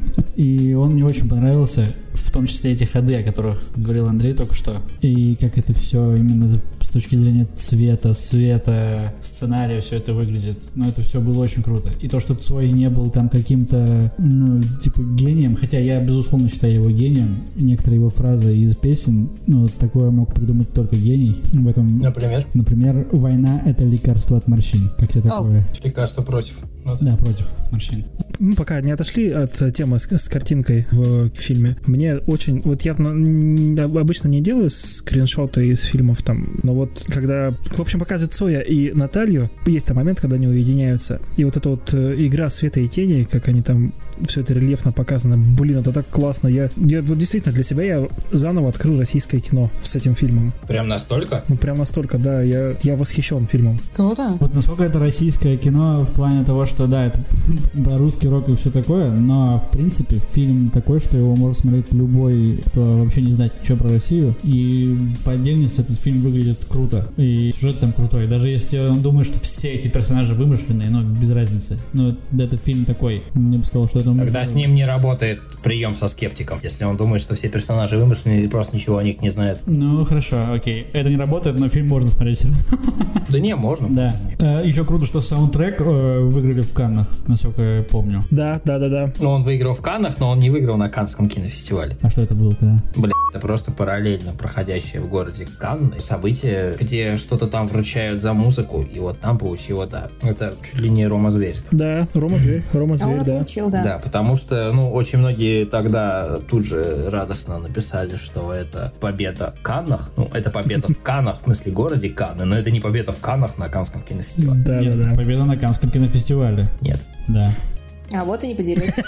И он мне очень понравился, в том числе эти ходы, о которых говорил Андрей только что. И как это все именно с точки зрения цвета, света, сценария все это выглядит. Но это все было очень круто. И то, что Цой не был там каким-то, ну, типа гением, хотя я, безусловно, считаю его гением. Некоторые его фразы из песен, ну, такое мог придумать только гений. В этом, например, «Война — это лекарство от морщин». Как тебе такое? Лекарство против. Да, против морщин. Мы пока не отошли от темы с картинкой в фильме. Мне очень... Вот я обычно не делаю скриншоты из фильмов там, но вот когда, в общем, показывают Цоя и Наталью, есть там момент, когда они уединяются, и вот эта вот игра света и тени, как они там, все это рельефно показано, блин, это так классно. Я вот действительно для себя я заново открыл российское кино с этим фильмом. Прям настолько? Ну, прям настолько, да. Я восхищен фильмом. Круто. Вот насколько это российское кино в плане того, что да, это про русский рок и все такое, но в принципе фильм такой, что его может смотреть любой, кто вообще не знает ничего про Россию, и по отдельности этот фильм выглядит круто, и сюжет там крутой, даже если он думает, что все эти персонажи вымышленные, но без разницы, но этот фильм такой, мне бы сказал, что это... Тогда с ним не работает прием со скептиком, если он думает, что все персонажи вымышленные и просто ничего о них не знает. Ну хорошо, окей, это не работает, но фильм можно смотреть. Да не, можно. Да. Еще круто, что саундтрек выиграли в Каннах, насколько я помню. Да. Ну, он выиграл в Каннах, но он не выиграл на Каннском кинофестивале. А что это было тогда? Бля, это просто параллельно проходящее в городе Канны событие, где что-то там вручают за музыку, и вот там получила, да. Это чуть ли не Рома Зверь. Да, Рома Зверь, он да. получил, да. Да, потому что, ну, очень многие тогда тут же радостно написали, что это победа в Каннах. Ну, это победа в Каннах, в смысле городе Канны, но это не победа в Каннах на Каннском кинофестивале. Да. Победа на Каннском кинофестивале. Нет. Да. А вот и не поделитесь.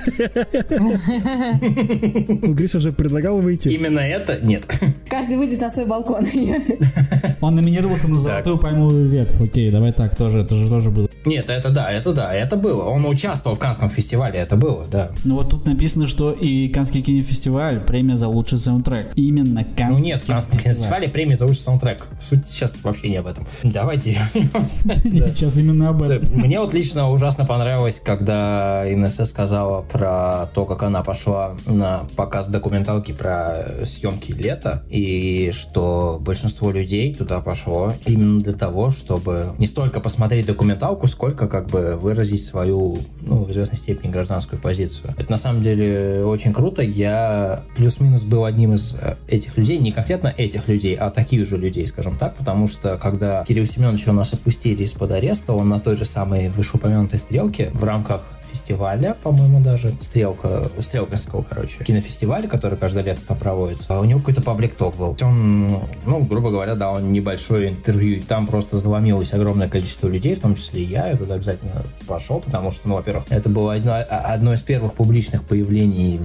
Гриша уже предлагал выйти. Именно это? Нет. Каждый выйдет на свой балкон. Он номинировался на золотую пальмовую ветвь. Окей, давай так, тоже, это же тоже было. Нет, это было. Он участвовал в Каннском фестивале, это было, да. Ну вот тут написано, что и Каннский кинофестиваль, премия за лучший саундтрек. Именно Каннский. Ну нет, в Каннском кинофестивале премия за лучший саундтрек. Суть сейчас вообще не об этом. Давайте вернемся. Сейчас именно об этом. Мне вот лично ужасно понравилось, когда Инесса сказала про то, как она пошла на показ документалки про съемки «Лета», и что большинство людей туда пошло именно для того, чтобы не столько посмотреть документалку, сколько как бы выразить свою, в известной степени гражданскую позицию. Это на самом деле очень круто. Я плюс-минус был одним из этих людей, не конкретно этих людей, а таких же людей, скажем так, потому что когда Кирилл Семенович у нас отпустили из-под ареста, он на той же самой вышеупомянутой «Стрелке» в рамках фестиваля, по-моему, даже Стрелковского, кинофестиваля, который каждое лето там проводится. У него какой-то паблик-ток был. Он, грубо говоря, дал небольшое интервью, и там просто заломилось огромное количество людей, в том числе и я туда обязательно пошел, потому что, во-первых, это было одно из первых публичных появлений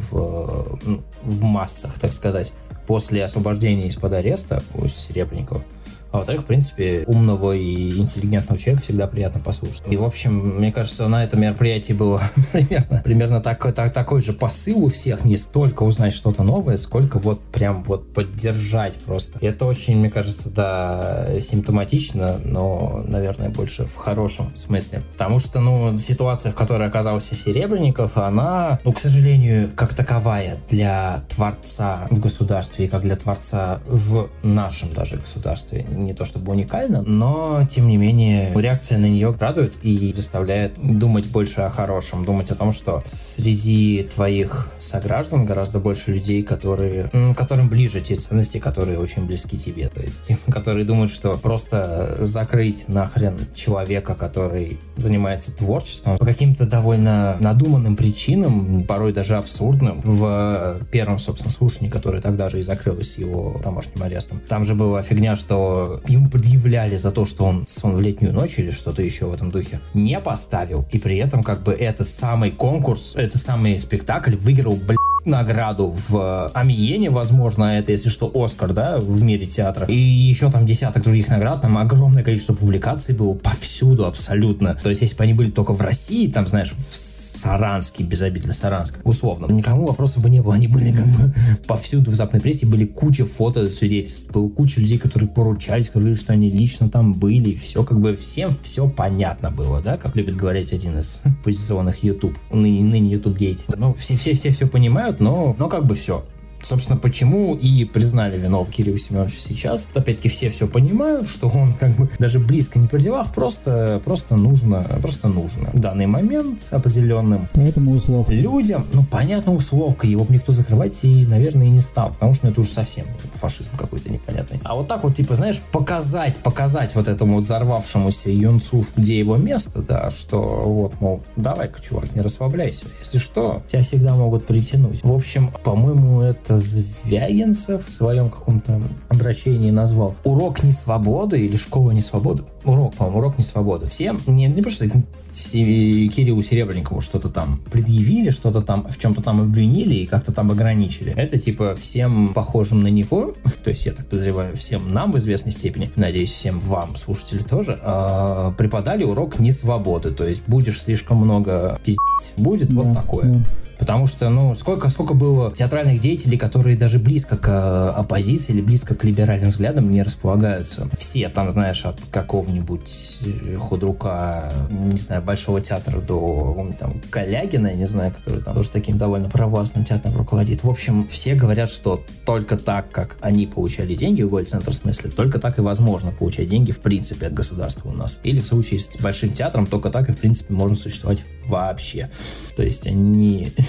в массах, так сказать, после освобождения из-под ареста у Серебренникова. А во-вторых, в принципе, умного и интеллигентного человека всегда приятно послушать. И, в общем, мне кажется, на этом мероприятии было примерно такой же посыл у всех. Не столько узнать что-то новое, сколько прям поддержать просто. И это очень, мне кажется, да, симптоматично, но, наверное, больше в хорошем смысле. Потому что, ситуация, в которой оказался Серебренников, она, к сожалению, как таковая для творца в государстве и как для творца в нашем даже государстве, не то чтобы уникально, но, тем не менее, реакция на нее радует и заставляет думать больше о хорошем, думать о том, что среди твоих сограждан гораздо больше людей, которым ближе те ценности, которые очень близки тебе, то есть, которые думают, что просто закрыть нахрен человека, который занимается творчеством, по каким-то довольно надуманным причинам, порой даже абсурдным, в первом, собственно, слушании, которое тогда же и закрылось его домашним арестом. Там же была фигня, что ему предъявляли за то, что он «Сон в летнюю ночь» или что-то еще в этом духе не поставил, и при этом как бы этот самый конкурс, этот самый спектакль выиграл, награду в Амьене, возможно, это, если что, Оскар, да, в мире театра, и еще там десяток других наград, там огромное количество публикаций было повсюду абсолютно. То есть, если бы они были только в России, там, знаешь, в Саранске, без обид для Саранска, условно, никому вопросов бы не было, они были как бы повсюду в западной прессе, были куча фото свидетельств, была куча людей, которые поручались, говорили, что они лично там были, все как бы всем все понятно было, да, как любит говорить один из позиционных ныне YouTube деятелей. Ну, все понимают, но как бы все. Собственно, почему и признали виновного Кирилла Семеновича сейчас. Опять-таки все понимают, что он как бы даже близко не при делах, просто нужно в данный момент определенным поэтому условка людям, понятно, условка, его бы никто закрывать и, наверное, и не стал, потому что это уже совсем фашизм какой-то непонятный. А вот так вот, типа, знаешь, показать вот этому вот взорвавшемуся юнцу, где его место, да, что вот, мол, давай-ка, чувак, не расслабляйся, если что, тебя всегда могут притянуть. В общем, по-моему, это Звягинцев в своем каком-то обращении назвал урок несвободы или школа несвободы. Урок несвободы. Всем, не просто Кириллу Серебренникову что-то там предъявили, что-то там в чем-то там обвинили и как-то там ограничили. Это типа всем похожим на него, то есть я так подозреваю, всем нам в известной степени, надеюсь, всем вам, слушатели тоже, преподали урок несвободы. То есть будешь слишком много пиздеть, будет вот такое. Потому что, сколько было театральных деятелей, которые даже близко к оппозиции или близко к либеральным взглядам не располагаются. Все там, знаешь, от какого-нибудь худрука, не знаю, Большого театра до там Калягина, я не знаю, который там тоже таким довольно провластным театром руководит. В общем, все говорят, что только так, как они получали деньги, Гоголь-центр в смысле, только так и возможно получать деньги в принципе от государства у нас. Или в случае с Большим театром, только так и в принципе можно существовать вообще. То есть они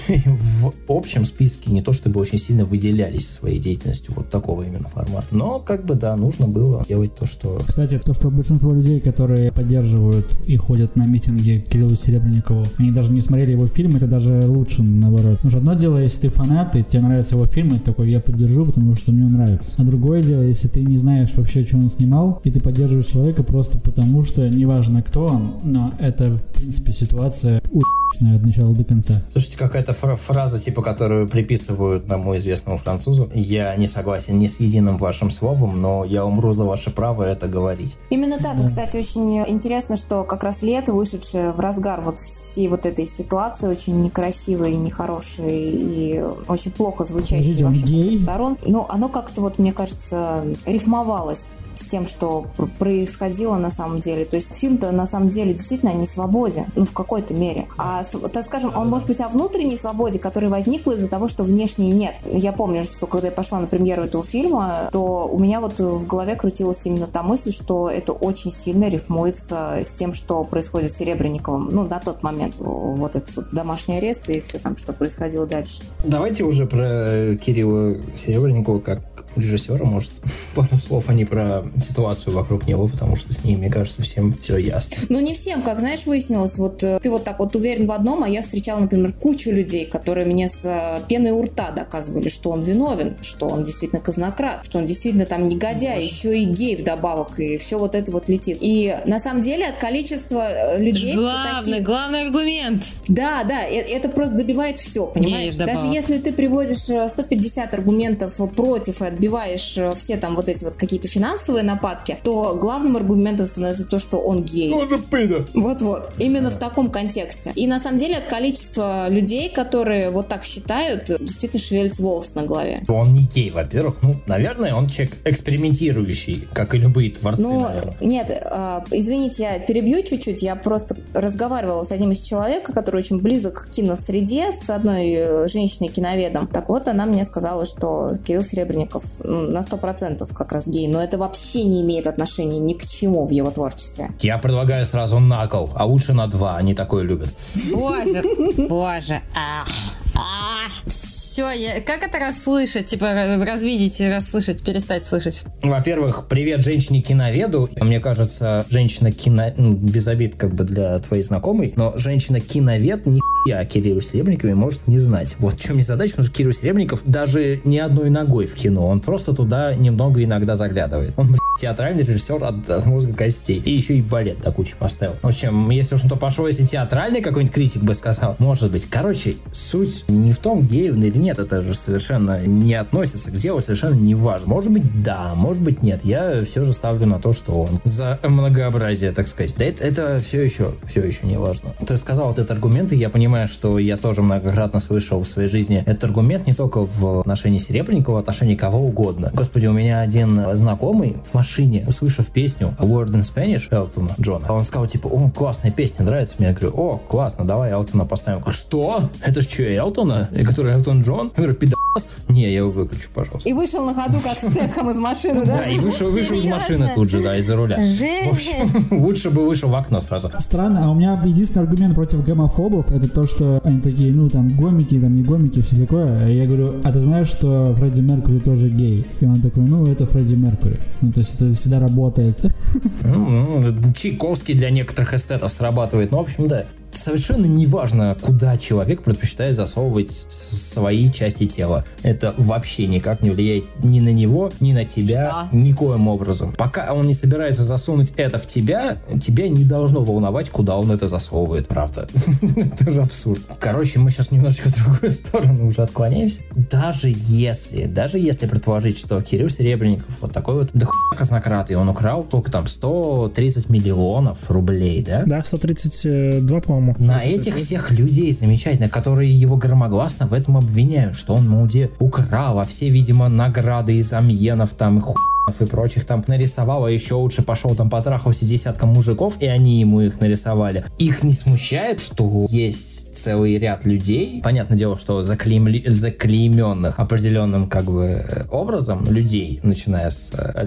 в общем списке не то чтобы очень сильно выделялись своей деятельностью вот такого именно формата. Но как бы да, нужно было делать то, что... Кстати, то, что большинство людей, которые поддерживают и ходят на митинги Кириллу Серебренникову, они даже не смотрели его фильм, это даже лучше, наоборот. Потому что одно дело, если ты фанат, и тебе нравится его фильм, и ты такой, я поддержу, потому что мне он нравится. А другое дело, если ты не знаешь вообще, что он снимал, и ты поддерживаешь человека просто потому, что неважно, кто он, но это, в принципе, ситуация от начала до конца. Слушайте, какая-то фраза, типа, которую приписывают одному известному французу. Я не согласен ни с единым вашим словом, но я умру за ваше право это говорить. Именно так. И, кстати, очень интересно, что как раз лето, вышедшее в разгар вот всей вот этой ситуации, очень некрасивой, нехорошей и очень плохо звучащей вообще со всех сторон, но оно как-то, вот, мне кажется, рифмовалось с тем, что происходило на самом деле. То есть фильм-то на самом деле действительно о несвободе, ну, в какой-то мере. А, так скажем, он может быть о внутренней свободе, которая возникла из-за того, что внешней нет. Я помню, что когда я пошла на премьеру этого фильма, то у меня вот в голове крутилась именно та мысль, что это очень сильно рифмуется с тем, что происходит с Серебренниковым. Ну, на тот момент. Вот этот вот домашний арест и все там, что происходило дальше. Давайте уже про Кирилла Серебренникова как режиссера, может, пару слов, а не про ситуацию вокруг него, потому что с ней, мне кажется, всем все ясно. Ну, не всем, как, знаешь, выяснилось, вот ты вот так вот уверен в одном, а я встречала, например, кучу людей, которые мне с пеной у рта доказывали, что он виновен, что он действительно казнократ, что он действительно там негодяй, еще и гей вдобавок, и все вот это вот летит. И на самом деле от количества людей... Главный аргумент. Да, это просто добивает все, понимаешь? Даже если ты приводишь 150 аргументов против и отбиваешь все там вот эти вот какие-то финансовые нападки, то главным аргументом становится то, что он гей. Он же пидор. Вот. Именно в таком контексте. И на самом деле от количества людей, которые вот так считают, действительно шевелится волос на голове. Он не гей, во-первых. Ну, наверное, он человек экспериментирующий, как и любые творцы, наверное. Нет, извините, я перебью чуть-чуть. Я просто разговаривала с одним из человек, который очень близок к киносреде, с одной женщиной-киноведом. Так вот, она мне сказала, что Кирилл Серебренников на 100% как раз гей, но это вообще не имеет отношения ни к чему в его творчестве. Я предлагаю сразу на кол, а лучше на 2, они такое любят. Боже, Все, как это расслышать? Типа развидеть, расслышать, перестать слышать? Во-первых, привет женщине-киноведу. Мне кажется, без обид как бы для твоей знакомой, но женщина-киновед нихуя о Кирилле Серебренникове может не знать. Вот в чем не задача, потому что Кирилл Серебренников даже ни одной ногой в кино, он просто туда немного иногда заглядывает. Он, театральный режиссер от мозга костей. И еще и балет до кучи поставил. В общем, если уж на то пошло, если театральный какой-нибудь критик бы сказал, может быть. Короче, суть не в том, гей он или нет, это же совершенно не относится к делу, совершенно не важно. Может быть, да, может быть, нет. Я все же ставлю на то, что он за многообразие, так сказать. Да это все еще не важно. Ты сказал вот этот аргумент, и я понимаю, что я тоже многократно слышал в своей жизни этот аргумент не только в отношении Серебренникова, в отношении кого угодно. Господи, у меня один знакомый в машине, услышав песню Word in Spanish Элтона Джона, он сказал, типа, о, классная песня, нравится мне. Я говорю, о, классно, давай Элтона поставим. Я говорю, что? Это ж что, Элтона? Который Элтон Джон? Я говорю, пидас? Не, я его выключу, пожалуйста. И вышел на ходу, как Стэтхэм из машины, да? Да, и вышел из машины тут же, да, из-за руля. В общем, лучше бы вышел в окно сразу. Странно, а у меня единственный аргумент против гомофобов, это то, что они такие, ну, там, гомики, там, не гомики, все такое. Я говорю, а ты знаешь, что Фредди Меркьюри тоже гей? И он такой, ну, это Фредди Меркьюри. Ну, то есть это всегда работает. Чайковский для некоторых эстетов срабатывает. Ну, в общем, да. Совершенно не важно, куда человек предпочитает засовывать свои части тела. Это вообще никак не влияет ни на него, ни на тебя, никоим образом. Пока он не собирается засунуть это в тебя не должно волновать, куда он это засовывает, правда. Это же абсурд. Короче, мы сейчас немножечко в другую сторону уже отклоняемся. Даже если предположить, что Кирилл Серебренников вот такой вот дохуя казнократ, и он украл только там 130 миллионов рублей, да? Да, 132, по-моему. На этих всех людей замечательно, которые его громогласно в этом обвиняют, что он, украл, а все, видимо, награды из амьенов там, и прочих там нарисовал, а еще лучше пошел там потрахался десятком мужиков, и они ему их нарисовали. Их не смущает, что есть целый ряд людей, понятное дело, что заклейменных определенным как бы образом людей, начиная с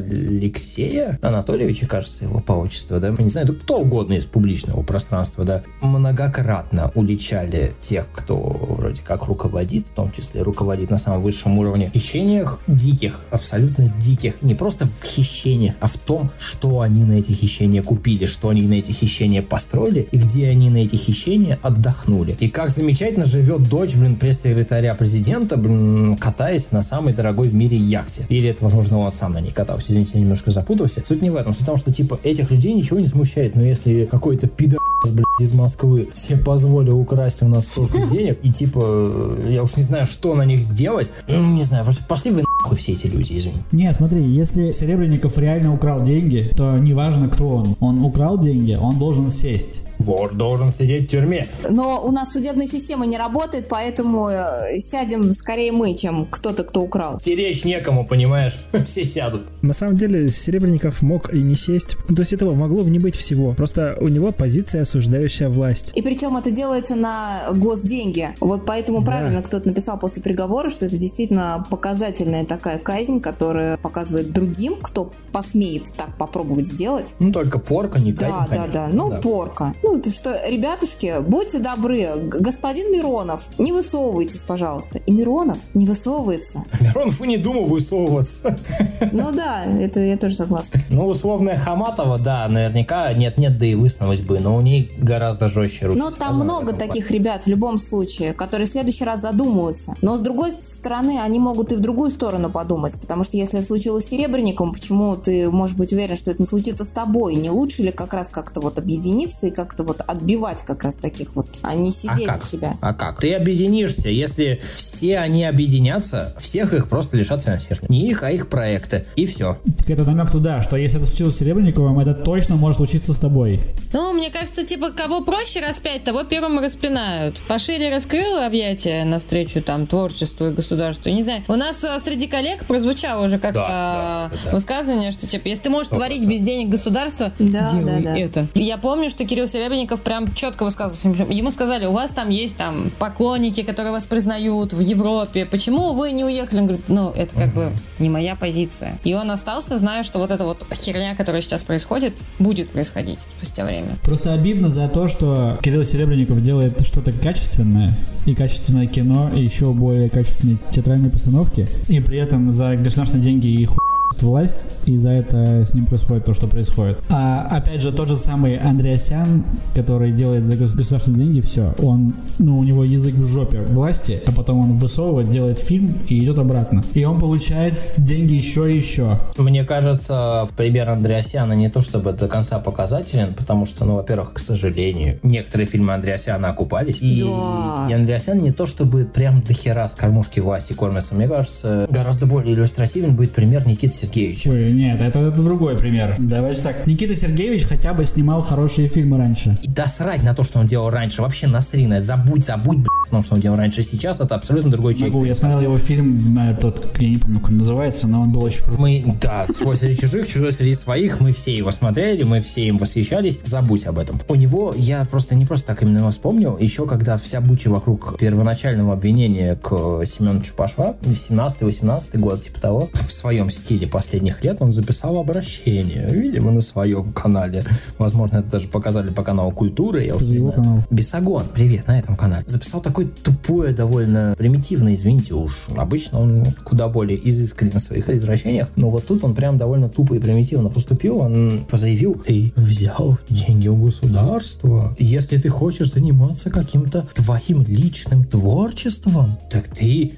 Алексея Анатольевича, кажется, его по отчеству, да, не знаю, кто угодно из публичного пространства, да, многократно уличали тех, кто вроде как руководит, в том числе руководит на самом высшем уровне, в хищениях диких, абсолютно диких, не просто в хищениях, а в том, что они на эти хищения купили, что они на эти хищения построили и где они на эти хищения отдохнули. И как замечательно живет дочь, пресс-секретаря президента, катаясь на самой дорогой в мире яхте. Или это, возможно, он сам на ней катался. Извините, я немножко запутался. Суть не в этом. Суть в том, что, типа, этих людей ничего не смущает. Но если какой-то пидор, из Москвы себе позволил украсть у нас столько денег, и, типа, я уж не знаю, что на них сделать, не знаю, просто пошли вы нахуй все эти люди, извини. Не, смотри, если Серебренников реально украл деньги, то неважно, кто он. Он украл деньги, он должен сесть. Вор должен сидеть в тюрьме. Но у нас судебная система не работает, поэтому сядем скорее мы, чем кто-то, кто украл. Стеречь некому, понимаешь? Все сядут. На самом деле Серебренников мог и не сесть. То есть этого могло не быть всего. Просто у него позиция осуждающая власть. И причем это делается на госденьги. Вот поэтому правильно кто-то написал после приговора, что это действительно показательная такая казнь, которая показывает другим, кто посмеет так попробовать сделать. Ну, только порка, не казнь, Да. Ну, да. Порка. Ну, то что, ребятушки, будьте добры. Господин Миронов, не высовывайтесь, пожалуйста. И Миронов не высовывается. Миронов и не думал высовываться. Ну да, это я тоже согласна. Ну, условная Хаматова, да, наверняка нет, да и высунулась бы, но у ней гораздо жестче руки. Но там много таких ребят в любом случае, которые в следующий раз задумаются. Но с другой стороны, они могут и в другую сторону подумать, потому что если это случилось с Серебренником, почему ты можешь быть уверен, что это не случится с тобой? Не лучше ли как раз как-то вот объединиться и как-то вот отбивать как раз таких вот, а не сидеть у себя? А как? Ты объединишься, если все они объединятся, всех их просто лишат финансирования. Не их, а их проекты. И все. Так это намек туда, что если это случилось с Серебренниковым, это точно может случиться с тобой. Ну, мне кажется, типа, кого проще распять, того первым распинают. Пошире раскрыл объятия навстречу там творчеству и государству. Не знаю, у нас среди коллег прозвучало уже как-то высказывание, что типа, если ты можешь творить без денег государства, делай это. Я помню, что Кирилл Серебренников прям четко высказывался. Ему сказали, у вас там есть там поклонники, которые вас признают в Европе. Почему вы не уехали? Он говорит, ну, это как бы не моя позиция. И он остался, зная, что вот эта вот херня, которая сейчас происходит, будет происходить спустя время. Просто обидно за то, что Кирилл Серебренников делает что-то качественное, и качественное кино, и еще более качественные театральные постановки, и при этом за государственные деньги и власть, и за это с ним происходит то, что происходит. А опять же, тот же самый Андреасян, который делает за государственные деньги все, он, ну, у него язык в жопе власти, а потом он высовывает, делает фильм и идет обратно. И он получает деньги еще и еще. Мне кажется, пример Андреасяна не то чтобы до конца показателен, потому что, ну, во-первых, к сожалению, некоторые фильмы Андреасяна окупались, и Андреасян не то чтобы прям дохера с кормушки власти кормится. Мне кажется, гораздо более иллюстративен будет пример Никиты Сергеевича. Ой, нет, это другой пример. Давайте так. Никита Сергеевич хотя бы снимал хорошие фильмы раньше. И да срать на то, что он делал раньше. Вообще насри на это. Забудь, блядь, о том, что он делал раньше. Сейчас это абсолютно другой человек. Я смотрел его фильм, тот, я не помню, как он называется, но он был очень крутой. «Свой среди чужих, чужой среди своих», мы все его смотрели, мы все им восхищались. Забудь об этом. У него, я просто не просто так именно его вспомнил, еще когда вся буча вокруг первоначального обвинения к Семену Чупашва, 17-18 год, типа того, в своем стиле последних лет он записал обращение, видимо, на своем канале. Возможно, это даже показали по каналу Культуры, я уже не знаю. Канал. Бесогон, привет, на этом канале. Записал такое тупое, довольно примитивное, извините уж. Обычно он куда более изысканный на своих извращениях, но вот тут он прям довольно тупо и примитивно поступил. Он заявил, ты взял деньги у государства. Если ты хочешь заниматься каким-то твоим личным творчеством, так ты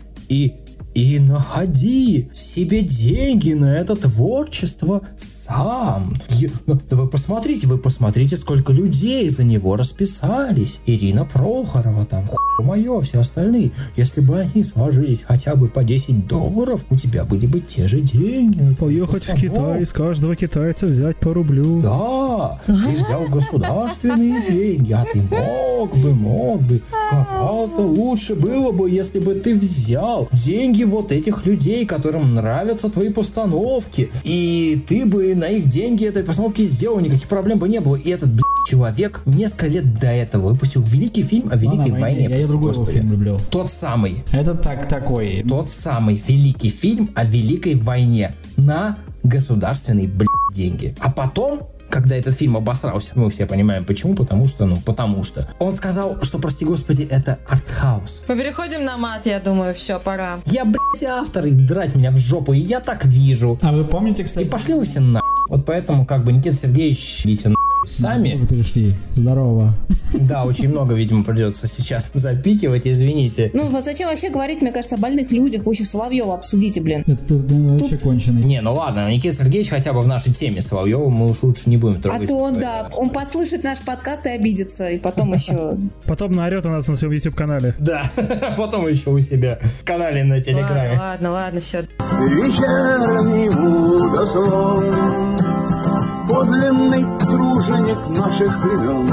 и находи себе деньги на это творчество сам. Вы посмотрите, сколько людей за него расписались. Ирина Прохорова, там, мое, все остальные. Если бы они сложились хотя бы по $10, у тебя были бы те же деньги. Поехать в Китай, с каждого китайца взять по рублю. Да, ты взял государственные деньги, а ты мог бы. Как-то лучше было бы, если бы ты взял деньги вот этих людей, которым нравятся твои постановки, и ты бы на их деньги этой постановки сделал, никаких проблем бы не было. И этот, человек несколько лет до этого выпустил великий фильм о Великой войне. Я и другой фильм люблю. Тот самый. Это такой. Тот самый великий фильм о Великой войне на государственные, деньги. А потом, когда этот фильм обосрался, мы все понимаем почему, потому что он сказал, что, прости господи, это артхаус. Мы переходим на мат, я думаю, все, пора. Я, автор, и драть меня в жопу, и я так вижу. А вы помните, кстати... И пошли вы все на. Вот поэтому, Никита Сергеевич, идите на сами. Уже перешли. Здорово. Да, очень много, видимо, придется сейчас запикивать, извините. Вот зачем вообще говорить, мне кажется, о больных людях? Вы еще Соловьева обсудите, блин. Это вообще конченый. Не, ладно, Никита Сергеевич хотя бы в нашей теме. Соловьева мы уж лучше не будем трогать. А то он, он послушает наш подкаст и обидится, и потом еще... Потом наорет у нас на своем YouTube-канале. Да, потом еще у себя в канале на Телеграме. Ладно, все. Вечерний водослон, подлинный труженик наших времен.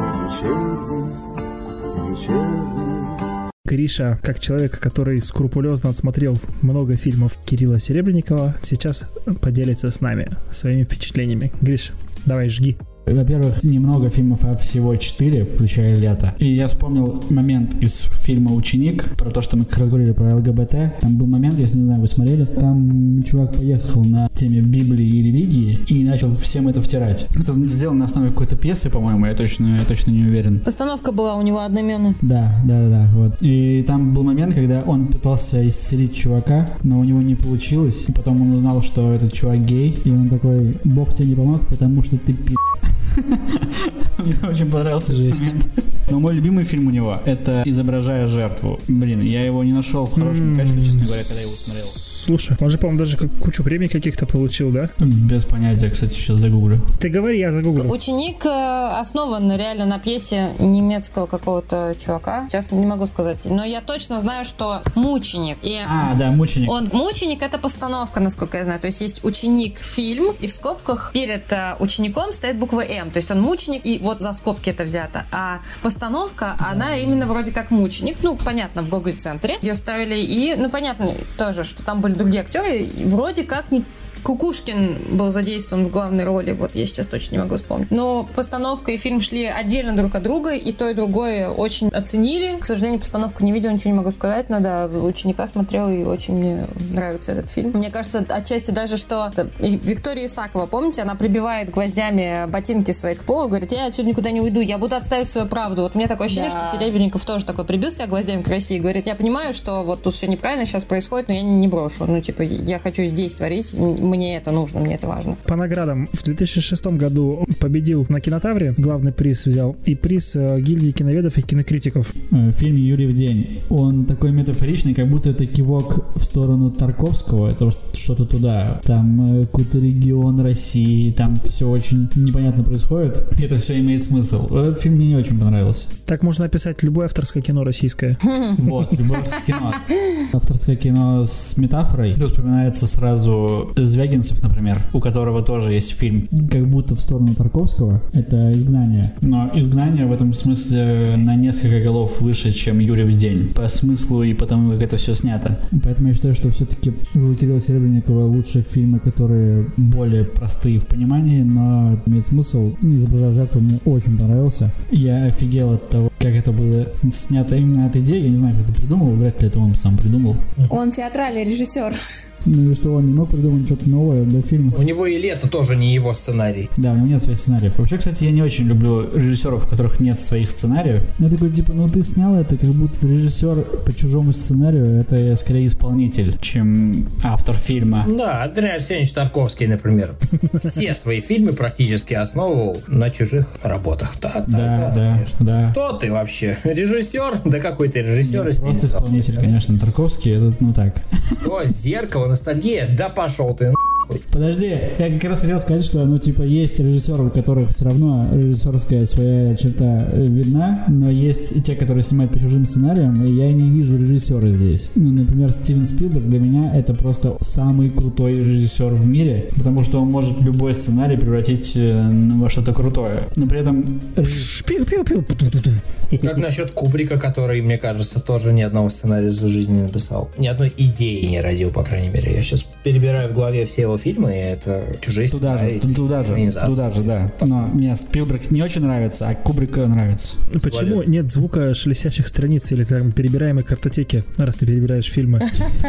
Вечерний. Гриша, как человек, который скрупулезно отсмотрел много фильмов Кирилла Серебренникова, сейчас поделится с нами своими впечатлениями. Гриш, давай, жги. Во-первых, немного фильмов, а всего 4, включая «Лето». И я вспомнил момент из фильма «Ученик», про то, что мы как раз говорили про ЛГБТ. Там был момент, если не знаю, вы смотрели, там чувак поехал на теме Библии и религии и начал всем это втирать. Это сделано на основе какой-то пьесы, по-моему, я точно не уверен. Постановка была у него одноименная. Да, вот. И там был момент, когда он пытался исцелить чувака, но у него не получилось. И потом он узнал, что этот чувак гей, и он такой: Бог тебе не помог, потому что ты пи***. Мне очень понравился жесть. Но мой любимый фильм у него — это «Изображая жертву». Блин, я его не нашел в хорошем качестве, честно говоря, когда я его смотрел. Слушай, он же, по-моему, даже кучу премий каких-то получил, да? Без понятия, кстати, сейчас загуглю. Ты говори, я загуглю. «Ученик» основан реально на пьесе немецкого какого-то чувака. Сейчас не могу сказать. Но я точно знаю, что «Мученик». Да, «Мученик». «Мученик» — это постановка, насколько я знаю. То есть есть «Ученик» фильм, и в скобках перед учеником стоит буква «М». То есть он «Мученик», и вот за скобки это взято. А постановка, она именно вроде как «Мученик». Понятно, в Гоголь-центре ее ставили. И, понятно тоже, что там были другие актеры. Вроде как не Кукушкин был задействован в главной роли, вот я сейчас точно не могу вспомнить. Но постановка и фильм шли отдельно друг от друга, и то, и другое очень оценили. К сожалению, постановку не видел, ничего не могу сказать, но да, «Ученика» смотрел, и очень мне нравится этот фильм. Мне кажется, отчасти даже, что Виктория Исакова, помните, она прибивает гвоздями ботинки свои к полу, говорит: я отсюда никуда не уйду, я буду отставить свою правду. Вот мне такое ощущение, что Серебренников тоже такой прибил себя гвоздями к России, говорит: я понимаю, что вот тут все неправильно сейчас происходит, но я не брошу. Я хочу здесь творить, мне это нужно, мне это важно. По наградам. В 2006 году он победил на Кинотавре, главный приз взял, и приз гильдии киноведов и кинокритиков. В фильме «Юрьев день» он такой метафоричный, как будто это кивок в сторону Тарковского, это что-то туда. Там какой-то регион России, там все очень непонятно происходит, и это все имеет смысл. Этот фильм мне не очень понравился. Так можно описать любое авторское кино российское. Вот, любое авторское кино. Авторское кино с метафорой. Тут вспоминается сразу Звягинцев, например, у которого тоже есть фильм как будто в сторону Тарковского. Это «Изгнание». Но «Изгнание» в этом смысле на несколько голов выше, чем «Юрьев день». По смыслу и потому, как это все снято. Поэтому я считаю, что все-таки у Кирилла Серебренникова лучше фильмы, которые более простые в понимании, но имеет смысл. «Изображая жертву» мне очень понравился. Я офигел от того, как это было снято именно от идеи. Я не знаю, как это придумал. Вряд ли это он сам придумал. Он театральный режиссер. Ну и что, он не мог придумать что-то новое для фильма? У него и «Лето» тоже не его сценарий. Да, у него нет своих сценариев. Вообще, кстати, я не очень люблю режиссеров, у которых нет своих сценариев. Я такой, ты снял это, как будто режиссер по чужому сценарию, это скорее исполнитель, чем автор фильма. Да, Андрей Арсеньевич Тарковский, например. Все свои фильмы практически основывал на чужих работах. Да. Кто ты вообще? Режиссер? Да какой ты режиссер? Просто исполнитель, конечно. Тарковский, это так. О, «Зеркало», «Ностальгия», да пошел ты нахуй. Подожди, я как раз хотел сказать, что, есть режиссеры, у которых все равно режиссерская своя черта видна, но есть и те, которые снимают по чужим сценариям, и я не вижу режиссера здесь. Например, Стивен Спилберг для меня это просто самый крутой режиссер в мире, потому что он может любой сценарий превратить во что-то крутое. Но при этом... Как насчет Кубрика, который, мне кажется, тоже ни одного сценария за жизнь не написал. Ни одной идеи не родил, по крайней мере. Я сейчас перебираю в голове все его фильмы, и это чужие сценарии. Туда же, да. Но мне Спилберг не очень нравится, а Кубрик нравится. Почему нет звука шелестящих страниц или там перебираемой картотеки, раз ты перебираешь фильмы?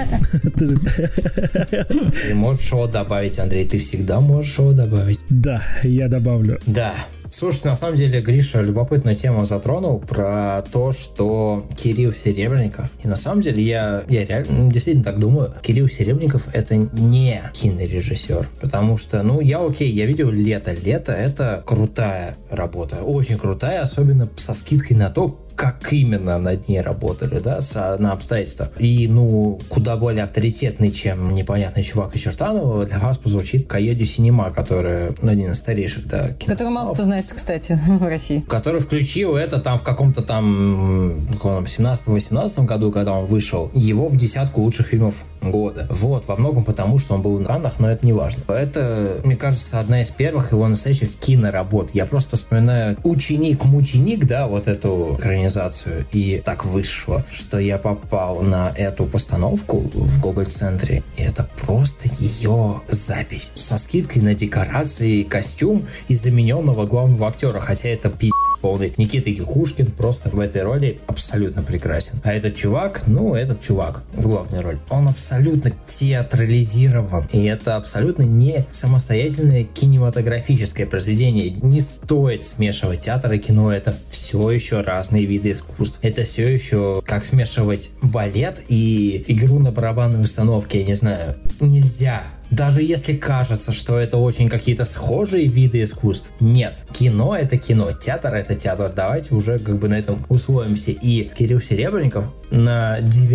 Ты можешь его добавить, Андрей, ты всегда можешь его добавить. Да, я добавлю. Да. Слушайте, на самом деле, Гриша любопытную тему затронул про то, что Кирилл Серебренников, и на самом деле я реально действительно так думаю, Кирилл Серебренников это не кинорежиссер, потому что, я видел «Лето». «Лето» это крутая работа, очень крутая, особенно со скидкой на то, как именно над ней работали, да, на обстоятельства. И, куда более авторитетный, чем непонятный чувак из Чертанова, для вас прозвучит «Коедю Синема», который один из старейших, да, кино. Который мало кто знает, кстати, в России. Который включил это там в каком-то там 17-18 году, когда он вышел, его в десятку лучших фильмов года. Вот, во многом потому, что он был на Каннах, но это не важно. Это, мне кажется, одна из первых его настоящих киноработ. Я просто вспоминаю «Ученик-мученик», да, вот эту экранизацию, и так вышло, что я попал на эту постановку в Гоголь-центре, и это просто ее запись со скидкой на декорации, костюм и замененного главного актера, хотя это полный. Никита Якушкин просто в этой роли абсолютно прекрасен. А этот чувак в главной роли, он абсолютно театрализирован. И это абсолютно не самостоятельное кинематографическое произведение. Не стоит смешивать театр и кино. Это все еще разные виды искусств. Это все еще как смешивать балет и игру на барабанной установке. Я не знаю. Нельзя. Даже если кажется, что это очень какие-то схожие виды искусств. Нет. Кино — это кино, театр — это театр. Давайте уже на этом условимся. И Кирилл Серебренников на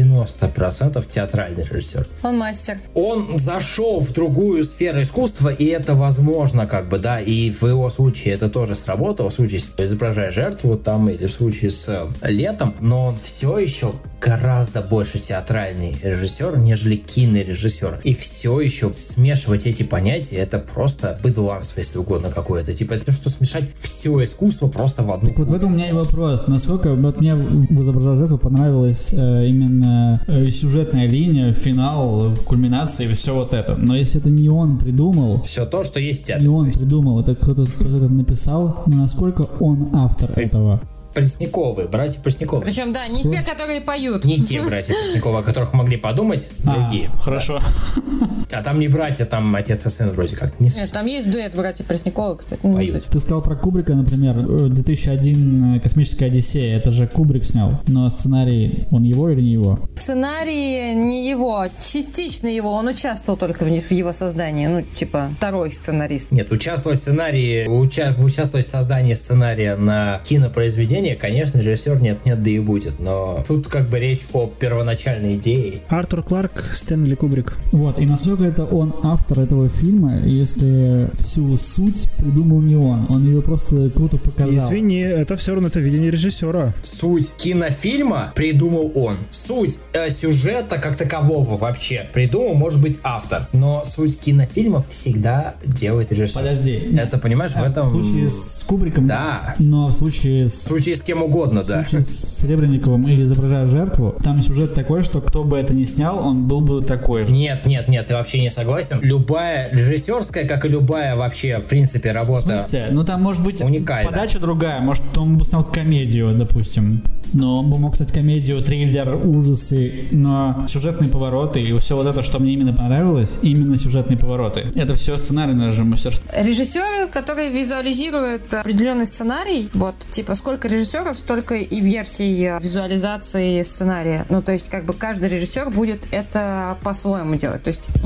90% театральный режиссер. Он мастер. Он зашел в другую сферу искусства, и это возможно, и в его случае это тоже сработало, в случае с «Изображая жертву» там, или в случае с «Летом», но он все еще гораздо больше театральный режиссер, нежели кинорежиссер. И все еще смешивать эти понятия — это просто быдланство, если угодно, какое-то. Это что смешать все искусство просто в одну. Так вот в этом у меня и вопрос. Насколько мне в «Изображая жертву» понравилась именно сюжетная линия, финал, кульминация и все вот это. Но если это не он придумал... Все то, что есть в театре. Не он придумал, это кто-то написал, но насколько он автор этого? Пресняковы, братья Пресняковы. Причем, да, не те, которые поют. Не те братья Пресняковы, о которых могли подумать, другие. Хорошо. А там не братья, там отец и сын вроде как. Нет, там есть дуэт братья Пресняковы, кстати. Поют. Ты сказал про Кубрика, например, 2001 «Космическая Одиссея», это же Кубрик снял, но сценарий, он его или не его? Сценарий не его, частично его, он участвовал только в его создании, второй сценарист. Нет, участвовать в сценарии, участвовать в создании сценария на кинопроизведение, конечно, режиссер нет, да и будет, но тут речь о первоначальной идее. Артур Кларк, Стэнли Кубрик. Вот, и насколько это он автор этого фильма, если всю суть придумал не он ее просто круто показал. Извини, это все равно это видение режиссера. Суть кинофильма придумал он. Суть сюжета как такового вообще придумал, может быть, автор. Но суть кинофильма всегда делает режиссер. Подожди. Это, понимаешь, в этом... В случае с Кубриком? Да. Но в случае с кем угодно, да. В случае с Серебренниковым или «Изображая жертву», там сюжет такой, что кто бы это ни снял, он был бы такой же. Нет, ты вообще не согласен. Любая режиссерская, как и любая вообще, в принципе, работа... В смысле? Там может быть уникальна. Подача другая. Может, он бы снял комедию, допустим. Но он бы мог снять комедию, триллер, ужасы, но сюжетные повороты и все вот это, что мне именно понравилось, именно сюжетные повороты. Это все сценарное же мастерство. Режиссеры, которые визуализируют определенный сценарий, сколько режиссеров, столько и версий визуализации сценария. Ну, то есть, как бы каждый режиссер будет это по-своему делать. То есть,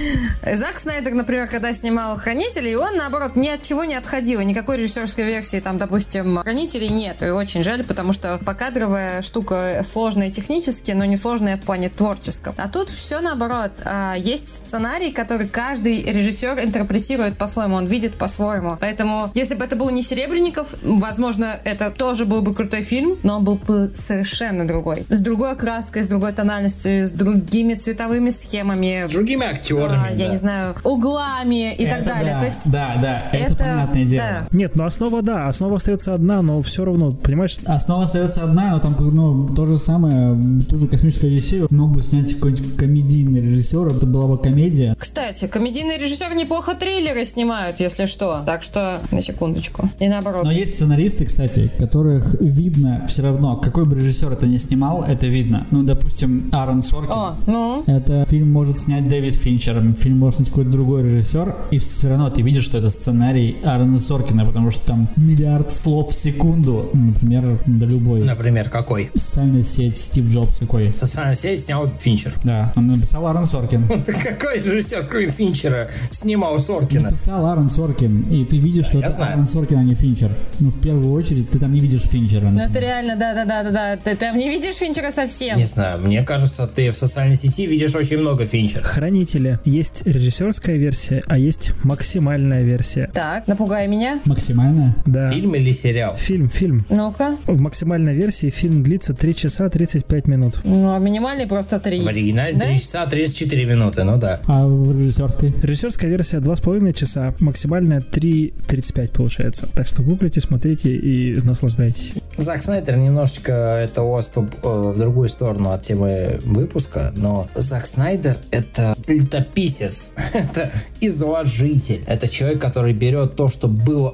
Зак Снайдер, например, когда снимал «Хранителей», он, наоборот, ни от чего не отходил. Никакой режиссерской версии, там, допустим, «Хранителей» нет. И очень жаль, потому что покадровая штука сложная технически, но не сложная в плане творческом. А тут все наоборот. Есть сценарий, который каждый режиссер интерпретирует по-своему, он видит по-своему. Поэтому, если бы это был не Серебренников, возможно, это тоже был бы крутой фильм, но он был бы совершенно другой. С другой окраской, с другой тональностью, с другими цветовыми схемами. С другими актерами. Я не знаю, углами и так далее. Да, То есть это понятное дело. Да. Нет, но основа остается одна, но все равно, понимаешь... Основа остается одна, но там то же самое, ту же «Космическую Одиссею» мог бы снять какой-нибудь комедийный режиссер, это была бы комедия. Кстати, комедийные режиссеры неплохо триллеры снимают, если что. Так что, на секундочку. И наоборот. Но есть сценаристы, кстати, которых видно все равно, какой бы режиссер это ни снимал, это видно. Ну, допустим, Аарон Соркин. Это фильм может снять Дэвид Финчер, фильм может снять какой-то другой режиссер, и все равно ты видишь, что это сценарий Аарона Соркина, потому что там миллиард слов в секунду, например, да любой. Например, какой? Социальная сеть Стив Джобс какой? Социальная сеть снял Финчер. Да, он написал Аарон Соркин. Какой режиссер, кроме Финчера, снимал Соркина? Написал Аарон Соркин, и ты видишь, что это Аарон Соркин, а не Финчер. Ну, в первую очередь, ты там не видишь Финчера. Ну, это реально, да. Ты там не видишь Финчера совсем. Не знаю, мне кажется, ты в социальной сети видишь очень много Финчера. «Хранители». Есть режиссерская версия, а есть максимальная версия. Так, напугай меня. Максимальная? Да. Фильм или сериал? Фильм. Ну-ка. В максимальной версии фильм длится 3 часа 35 минут. Ну, а минимальный просто 3. В оригинале 3 часа 34 минуты, ну да. А в режиссерской? Режиссерская версия 2,5 часа, максимальная 3:35 получается. Так что гуглите, смотрите и наслаждайтесь. Зак Снайдер немножечко это отступ в другую сторону от темы выпуска, но Зак Снайдер — это летописец, это изложитель, это человек, который берет то, что было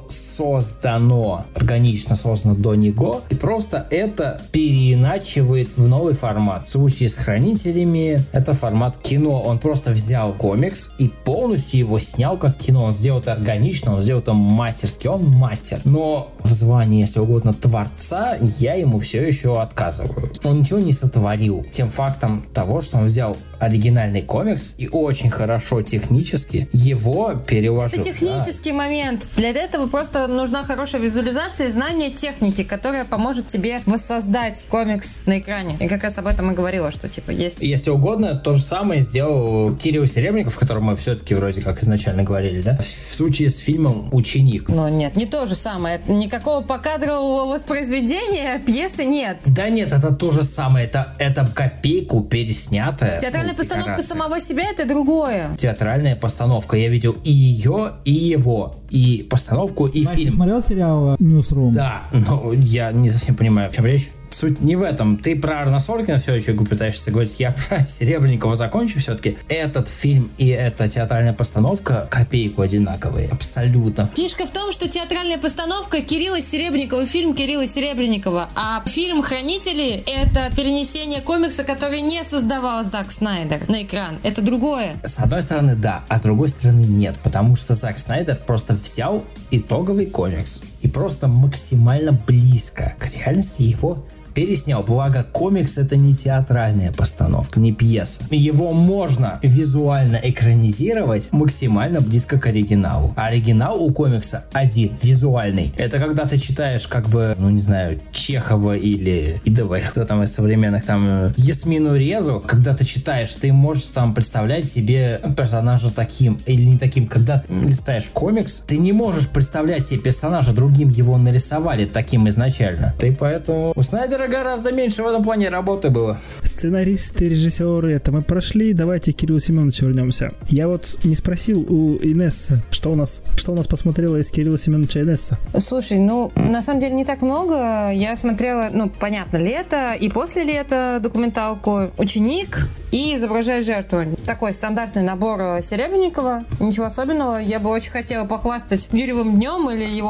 создано, органично создано до него, и просто это переиначивает в новый формат. В случае с «Хранителями» это формат кино. Он просто взял комикс и полностью его снял как кино. Он сделал это органично, он сделал это мастерски, он мастер. Но в звании, если угодно, творца я ему все еще отказываю. Он ничего не сотворил тем фактом того, что он взял оригинальный комикс и очень хорошо технически его переложил. Это технический момент. Для этого просто нужна хорошая визуализация и знание техники, которая поможет тебе воссоздать комикс на экране. И как раз об этом и говорила, что типа есть... Если угодно, то же самое сделал Кирилл Серебренников, о котором мы все-таки вроде как изначально говорили, да? В случае с фильмом «Ученик». Но нет, не то же самое. Никакого покадрового воспроизведения пьесы нет. Да нет, это то же самое. Это копейку переснятая. Театральная постановка самого себя — это другое. Театральная постановка. Я видел и ее, и его. И постановку, и фильм. Ты смотрел сериал «Ньюсрум»? Да, но я не совсем понимаю, о чем речь. Суть не в этом. Ты про Аарона Соркина все еще пытаешься говорить. Я про Серебренникова закончу все-таки. Этот фильм и эта театральная постановка копейку одинаковые. Абсолютно. Фишка в том, что театральная постановка Кирилла Серебренникова, фильм Кирилла Серебренникова, а фильм «Хранители» — это перенесение комикса, который не создавал Зак Снайдер на экран. Это другое. С одной стороны, да, а с другой стороны, нет. Потому что Зак Снайдер просто взял итоговый комикс и просто максимально близко к реальности его переснял. Благо, комикс — это не театральная постановка, не пьеса. Его можно визуально экранизировать максимально близко к оригиналу. А оригинал у комикса один, визуальный. Это когда ты читаешь, как бы, ну не знаю, Чехова или Идова, кто там из современных, там, Ясмину Резу. Когда ты читаешь, ты можешь там представлять себе персонажа таким или не таким. Когда ты листаешь комикс, ты не можешь представлять себе персонажа другим, его нарисовали таким изначально. Ты поэтому... У Снайдера гораздо меньше в этом плане работы было. Сценаристы, режиссеры, это мы прошли. Давайте к Кириллу Семеновичу вернемся. Я вот не спросил у Инессы, что у нас посмотрела из Кирилла Семеновича Инесса. Слушай, ну, на самом деле не так много. Я смотрела, ну, понятно, «Лето» и «После лета» документалку, «Ученик» и «Изображая жертву». Такой стандартный набор Серебренникова. Ничего особенного. Я бы очень хотела похвастать «Юрьевым днем» или его постановкой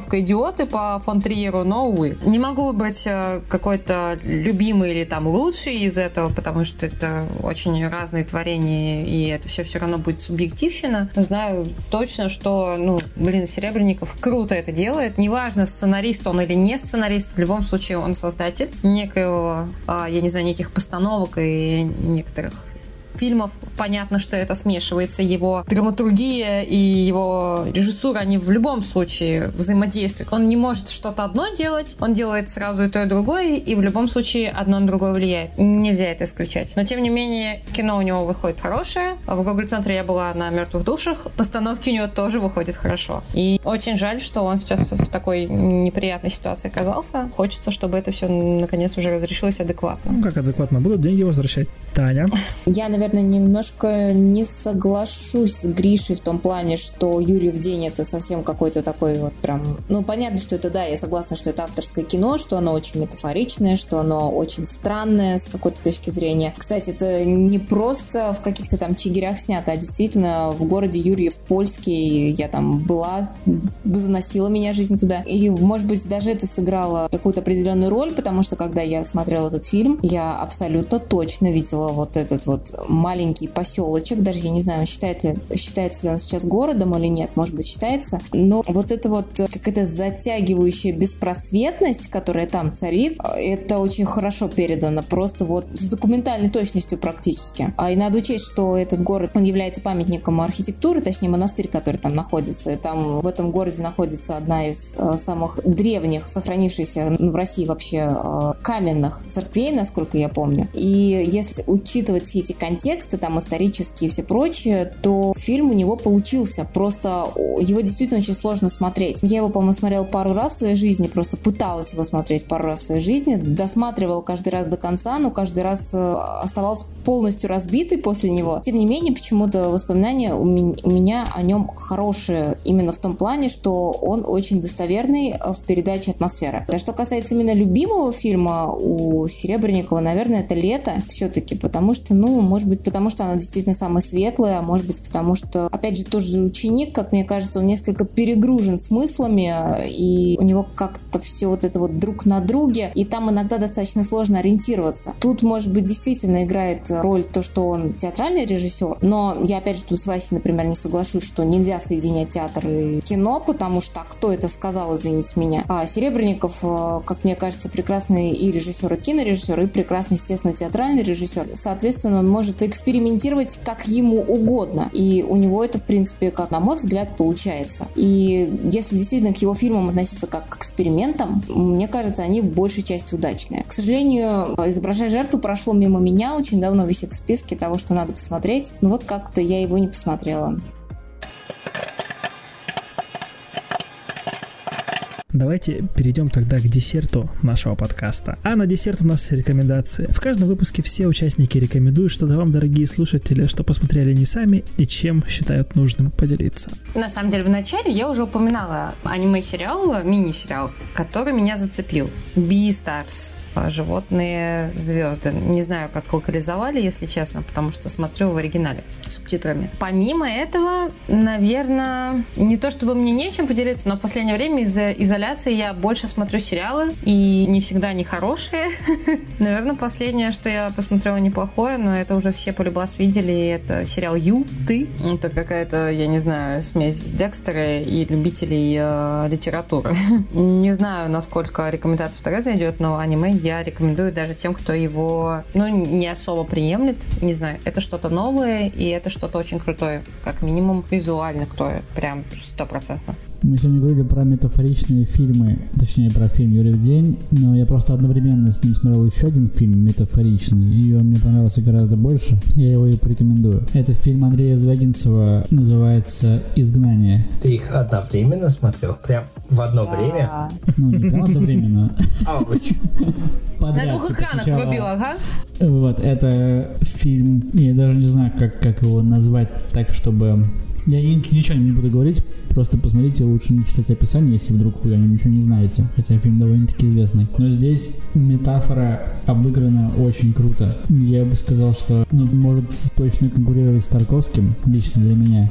постановка «Идиоты» по фон Триеру, но, увы. Не могу выбрать какой-то любимый или там лучший из этого, потому что это очень разные творения, и это все равно будет субъективщина. Знаю точно, что, Серебренников круто это делает. Неважно, сценарист он или не сценарист, в любом случае он создатель некоего, неких постановок и некоторых фильмов. Понятно, что это смешивается. Его драматургия и его режиссура, они в любом случае взаимодействуют. Он не может что-то одно делать, он делает сразу и то, и другое, и в любом случае одно на другое влияет. Нельзя это исключать. Но, тем не менее, кино у него выходит хорошее. В Гоголь-центре я была на «Мертвых душах». Постановки у него тоже выходят хорошо. И очень жаль, что он сейчас в такой неприятной ситуации оказался. Хочется, чтобы это все наконец уже разрешилось адекватно. Как адекватно? Будут деньги возвращать? Таня? Я, наверное, немножко не соглашусь с Гришей в том плане, что «Юрьев день» — это совсем какой-то такой вот прям... понятно, что это, да, я согласна, что это авторское кино, что оно очень метафоричное, что оно очень странное с какой-то точки зрения. Кстати, это не просто в каких-то там Чигирях снято, а действительно в городе Юрьев Польский я там была, заносила меня жизнь туда. И, может быть, даже это сыграло какую-то определенную роль, потому что, когда я смотрела этот фильм, я абсолютно точно видела вот этот вот маленький поселочек, даже я не знаю, считается ли он сейчас городом или нет, может быть, считается, но вот это вот какая-то затягивающая беспросветность, которая там царит, это очень хорошо передано, просто вот с документальной точностью практически. И надо учесть, что этот город, он является памятником архитектуры, точнее монастырь, который там находится. Там в этом городе находится одна из самых древних, сохранившихся в России вообще каменных церквей, насколько я помню. И если учитывать все эти контексты, там исторические и все прочее, то фильм у него получился. Просто его действительно очень сложно смотреть. Я его, по-моему, смотрела пару раз в своей жизни, просто пыталась его смотреть пару раз в своей жизни, досматривала каждый раз до конца, но каждый раз оставалась полностью разбитой после него. Тем не менее, почему-то воспоминания у меня о нем хорошие, именно в том плане, что он очень достоверный в передаче атмосферы. А что касается именно любимого фильма у Серебренникова, наверное, это «Лето» все-таки, потому что, может быть, потому что она действительно самая светлая, а может быть, потому что, опять же, тоже ученик, как мне кажется, он несколько перегружен смыслами, и у него как-то все вот это вот друг на друге, и там иногда достаточно сложно ориентироваться. Тут, может быть, действительно играет роль то, что он театральный режиссер, но я, опять же, тут с Васей, например, не соглашусь, что нельзя соединять театр и кино, потому что кто это сказал, извините меня. А Серебренников, как мне кажется, прекрасный и режиссер, и кинорежиссер, и прекрасный, естественно, театральный режиссер. Соответственно, он может экспериментировать как ему угодно. И у него это, в принципе, как на мой взгляд, получается. И если действительно к его фильмам относиться как к экспериментам, мне кажется, они в большей части удачные. К сожалению, «Изображая жертву» прошло мимо меня, очень давно висит в списке того, что надо посмотреть. Но вот как-то я его не посмотрела. Давайте перейдем тогда к десерту нашего подкаста. А на десерт у нас рекомендации. В каждом выпуске все участники рекомендуют что-то вам, дорогие слушатели, что посмотрели не сами и чем считают нужным поделиться. На самом деле, в начале я уже упоминала аниме-сериал, мини-сериал, который меня зацепил. Beastars. Животные звезды. Не знаю, как локализовали, если честно, потому что смотрю в оригинале с субтитрами. Помимо этого, наверное, не то чтобы мне нечем поделиться, но в последнее время из-за изоляции я больше смотрю сериалы, и не всегда они хорошие. Наверное, последнее, что я посмотрела неплохое, но это уже все полюбас видели, это сериал «Ю», «Ты». Это какая-то, я не знаю, смесь Декстера и любителей литературы. Не знаю, насколько рекомендация вторая зайдет, но аниме я рекомендую даже тем, кто его, не особо приемлет. Не знаю, это что-то новое, и это что-то очень крутое. Как минимум, визуально крутое. Прям 100%. Мы сегодня говорили про метафоричные фильмы, точнее, про фильм «Юрьев день», но я просто одновременно с ним смотрел еще один фильм метафоричный, и он мне понравился гораздо больше. Я его и порекомендую. Это фильм Андрея Звягинцева, называется «Изгнание». Ты их одновременно смотрел? Прям в одно время? Не прям одновременно. На двух экранах врубил, ага. Вот, это фильм, я даже не знаю, как его назвать так, чтобы... Я ничего не буду говорить, просто посмотрите, лучше не читать описание, если вдруг вы о нем ничего не знаете, хотя фильм довольно-таки известный. Но здесь метафора обыграна очень круто. Я бы сказал, что может точно конкурировать с Тарковским, лично для меня. В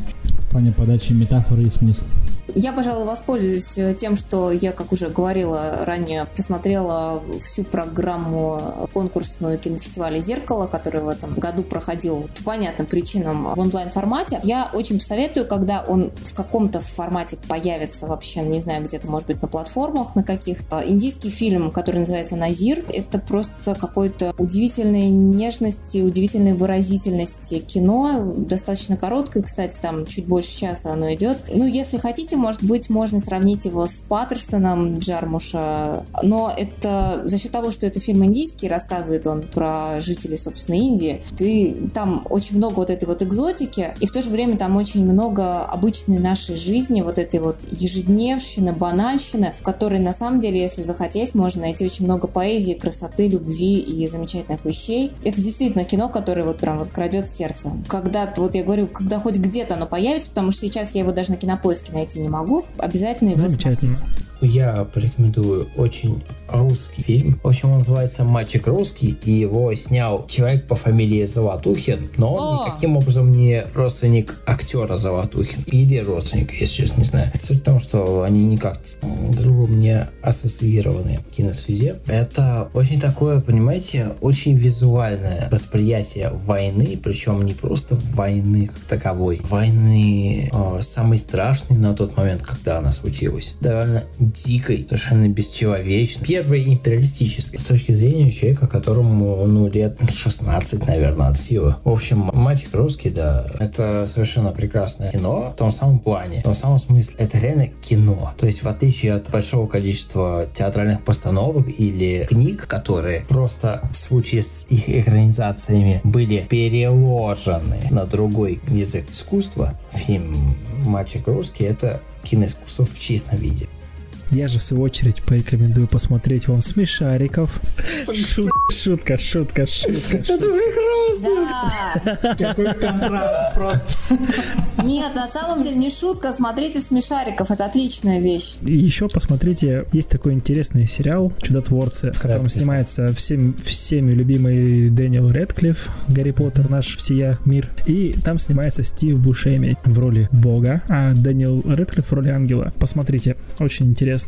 В плане подачи метафоры и смысла. Я, пожалуй, воспользуюсь тем, что я, как уже говорила ранее, посмотрела всю программу конкурсную кинофестиваля «Зеркало», который в этом году проходил по понятным причинам в онлайн-формате. Я очень посоветую, когда он в каком-то формате появится вообще, не знаю, где-то, может быть, на платформах, на каких-то. Индийский фильм, который называется «Назир». Это просто какой-то удивительной нежности, удивительной выразительности кино. Достаточно короткое, кстати, там чуть больше часа оно идет. Ну, если хотите, может быть, можно сравнить его с Паттерсоном Джармуша, но это за счет того, что это фильм индийский, рассказывает он про жителей, собственно, Индии, там очень много вот этой вот экзотики, и в то же время там очень много обычной нашей жизни, вот этой вот ежедневщины, банальщины, в которой, на самом деле, если захотеть, можно найти очень много поэзии, красоты, любви и замечательных вещей. Это действительно кино, которое вот прям вот крадет сердце. Когда, вот я говорю, когда хоть где-то оно появится, потому что сейчас я его даже на Кинопоиске найти не могу, обязательно его смотрите. Я порекомендую очень русский фильм. В общем, он называется «Мальчик русский», и его снял человек по фамилии Золотухин, но он никаким образом не родственник актера Золотухин. Или родственник, я сейчас не знаю. Суть в том, что они никак друг с другом не ассоциированы в киносреде. Это очень такое, понимаете, очень визуальное восприятие войны, причем не просто войны как таковой. Войны самой страшной на тот момент, когда она случилась. Довольно дикой, совершенно бесчеловечной, первой империалистической, с точки зрения человека, которому, лет 16, наверное, от силы. В общем, «Мальчик русский», да, это совершенно прекрасное кино в том самом плане, в том самом смысле. Это реально кино. То есть, в отличие от большого количества театральных постановок или книг, которые просто в случае с их экранизациями были переложены на другой язык искусства, фильм «Мальчик русский» — это киноискусство в чистом виде. Я же, в свою очередь, порекомендую посмотреть вам «Смешариков». Шутка. Это прекрасно! Какой контраст просто. Нет, на самом деле не шутка, смотрите «Смешариков», это отличная вещь. И еще посмотрите, есть такой интересный сериал «Чудотворцы», в котором снимается всеми любимый Дэниел Рэдклифф, Гарри Поттер, наш всея мир. И там снимается Стив Бушеми в роли бога, а Дэниел Рэдклифф в роли ангела. Посмотрите, очень интересный.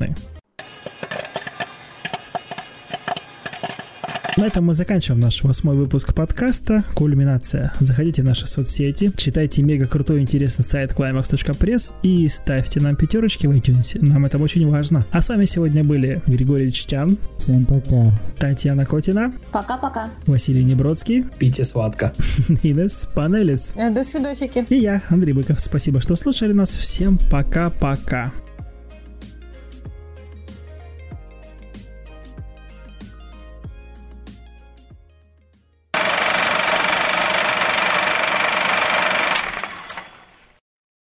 На этом мы заканчиваем наш 8-й выпуск подкаста «Кульминация». Заходите в наши соцсети, читайте мега крутой интересный сайт climax.press и ставьте нам 5 в iTunes. Нам это очень важно. А с вами сегодня были Григорий Чтян. Всем пока. Татьяна Котина. Пока-пока. Василий Небродский. Пейте сладко. Инесс Панелис. До свидосики. И я, Андрей Быков. Спасибо, что слушали нас. Всем пока-пока.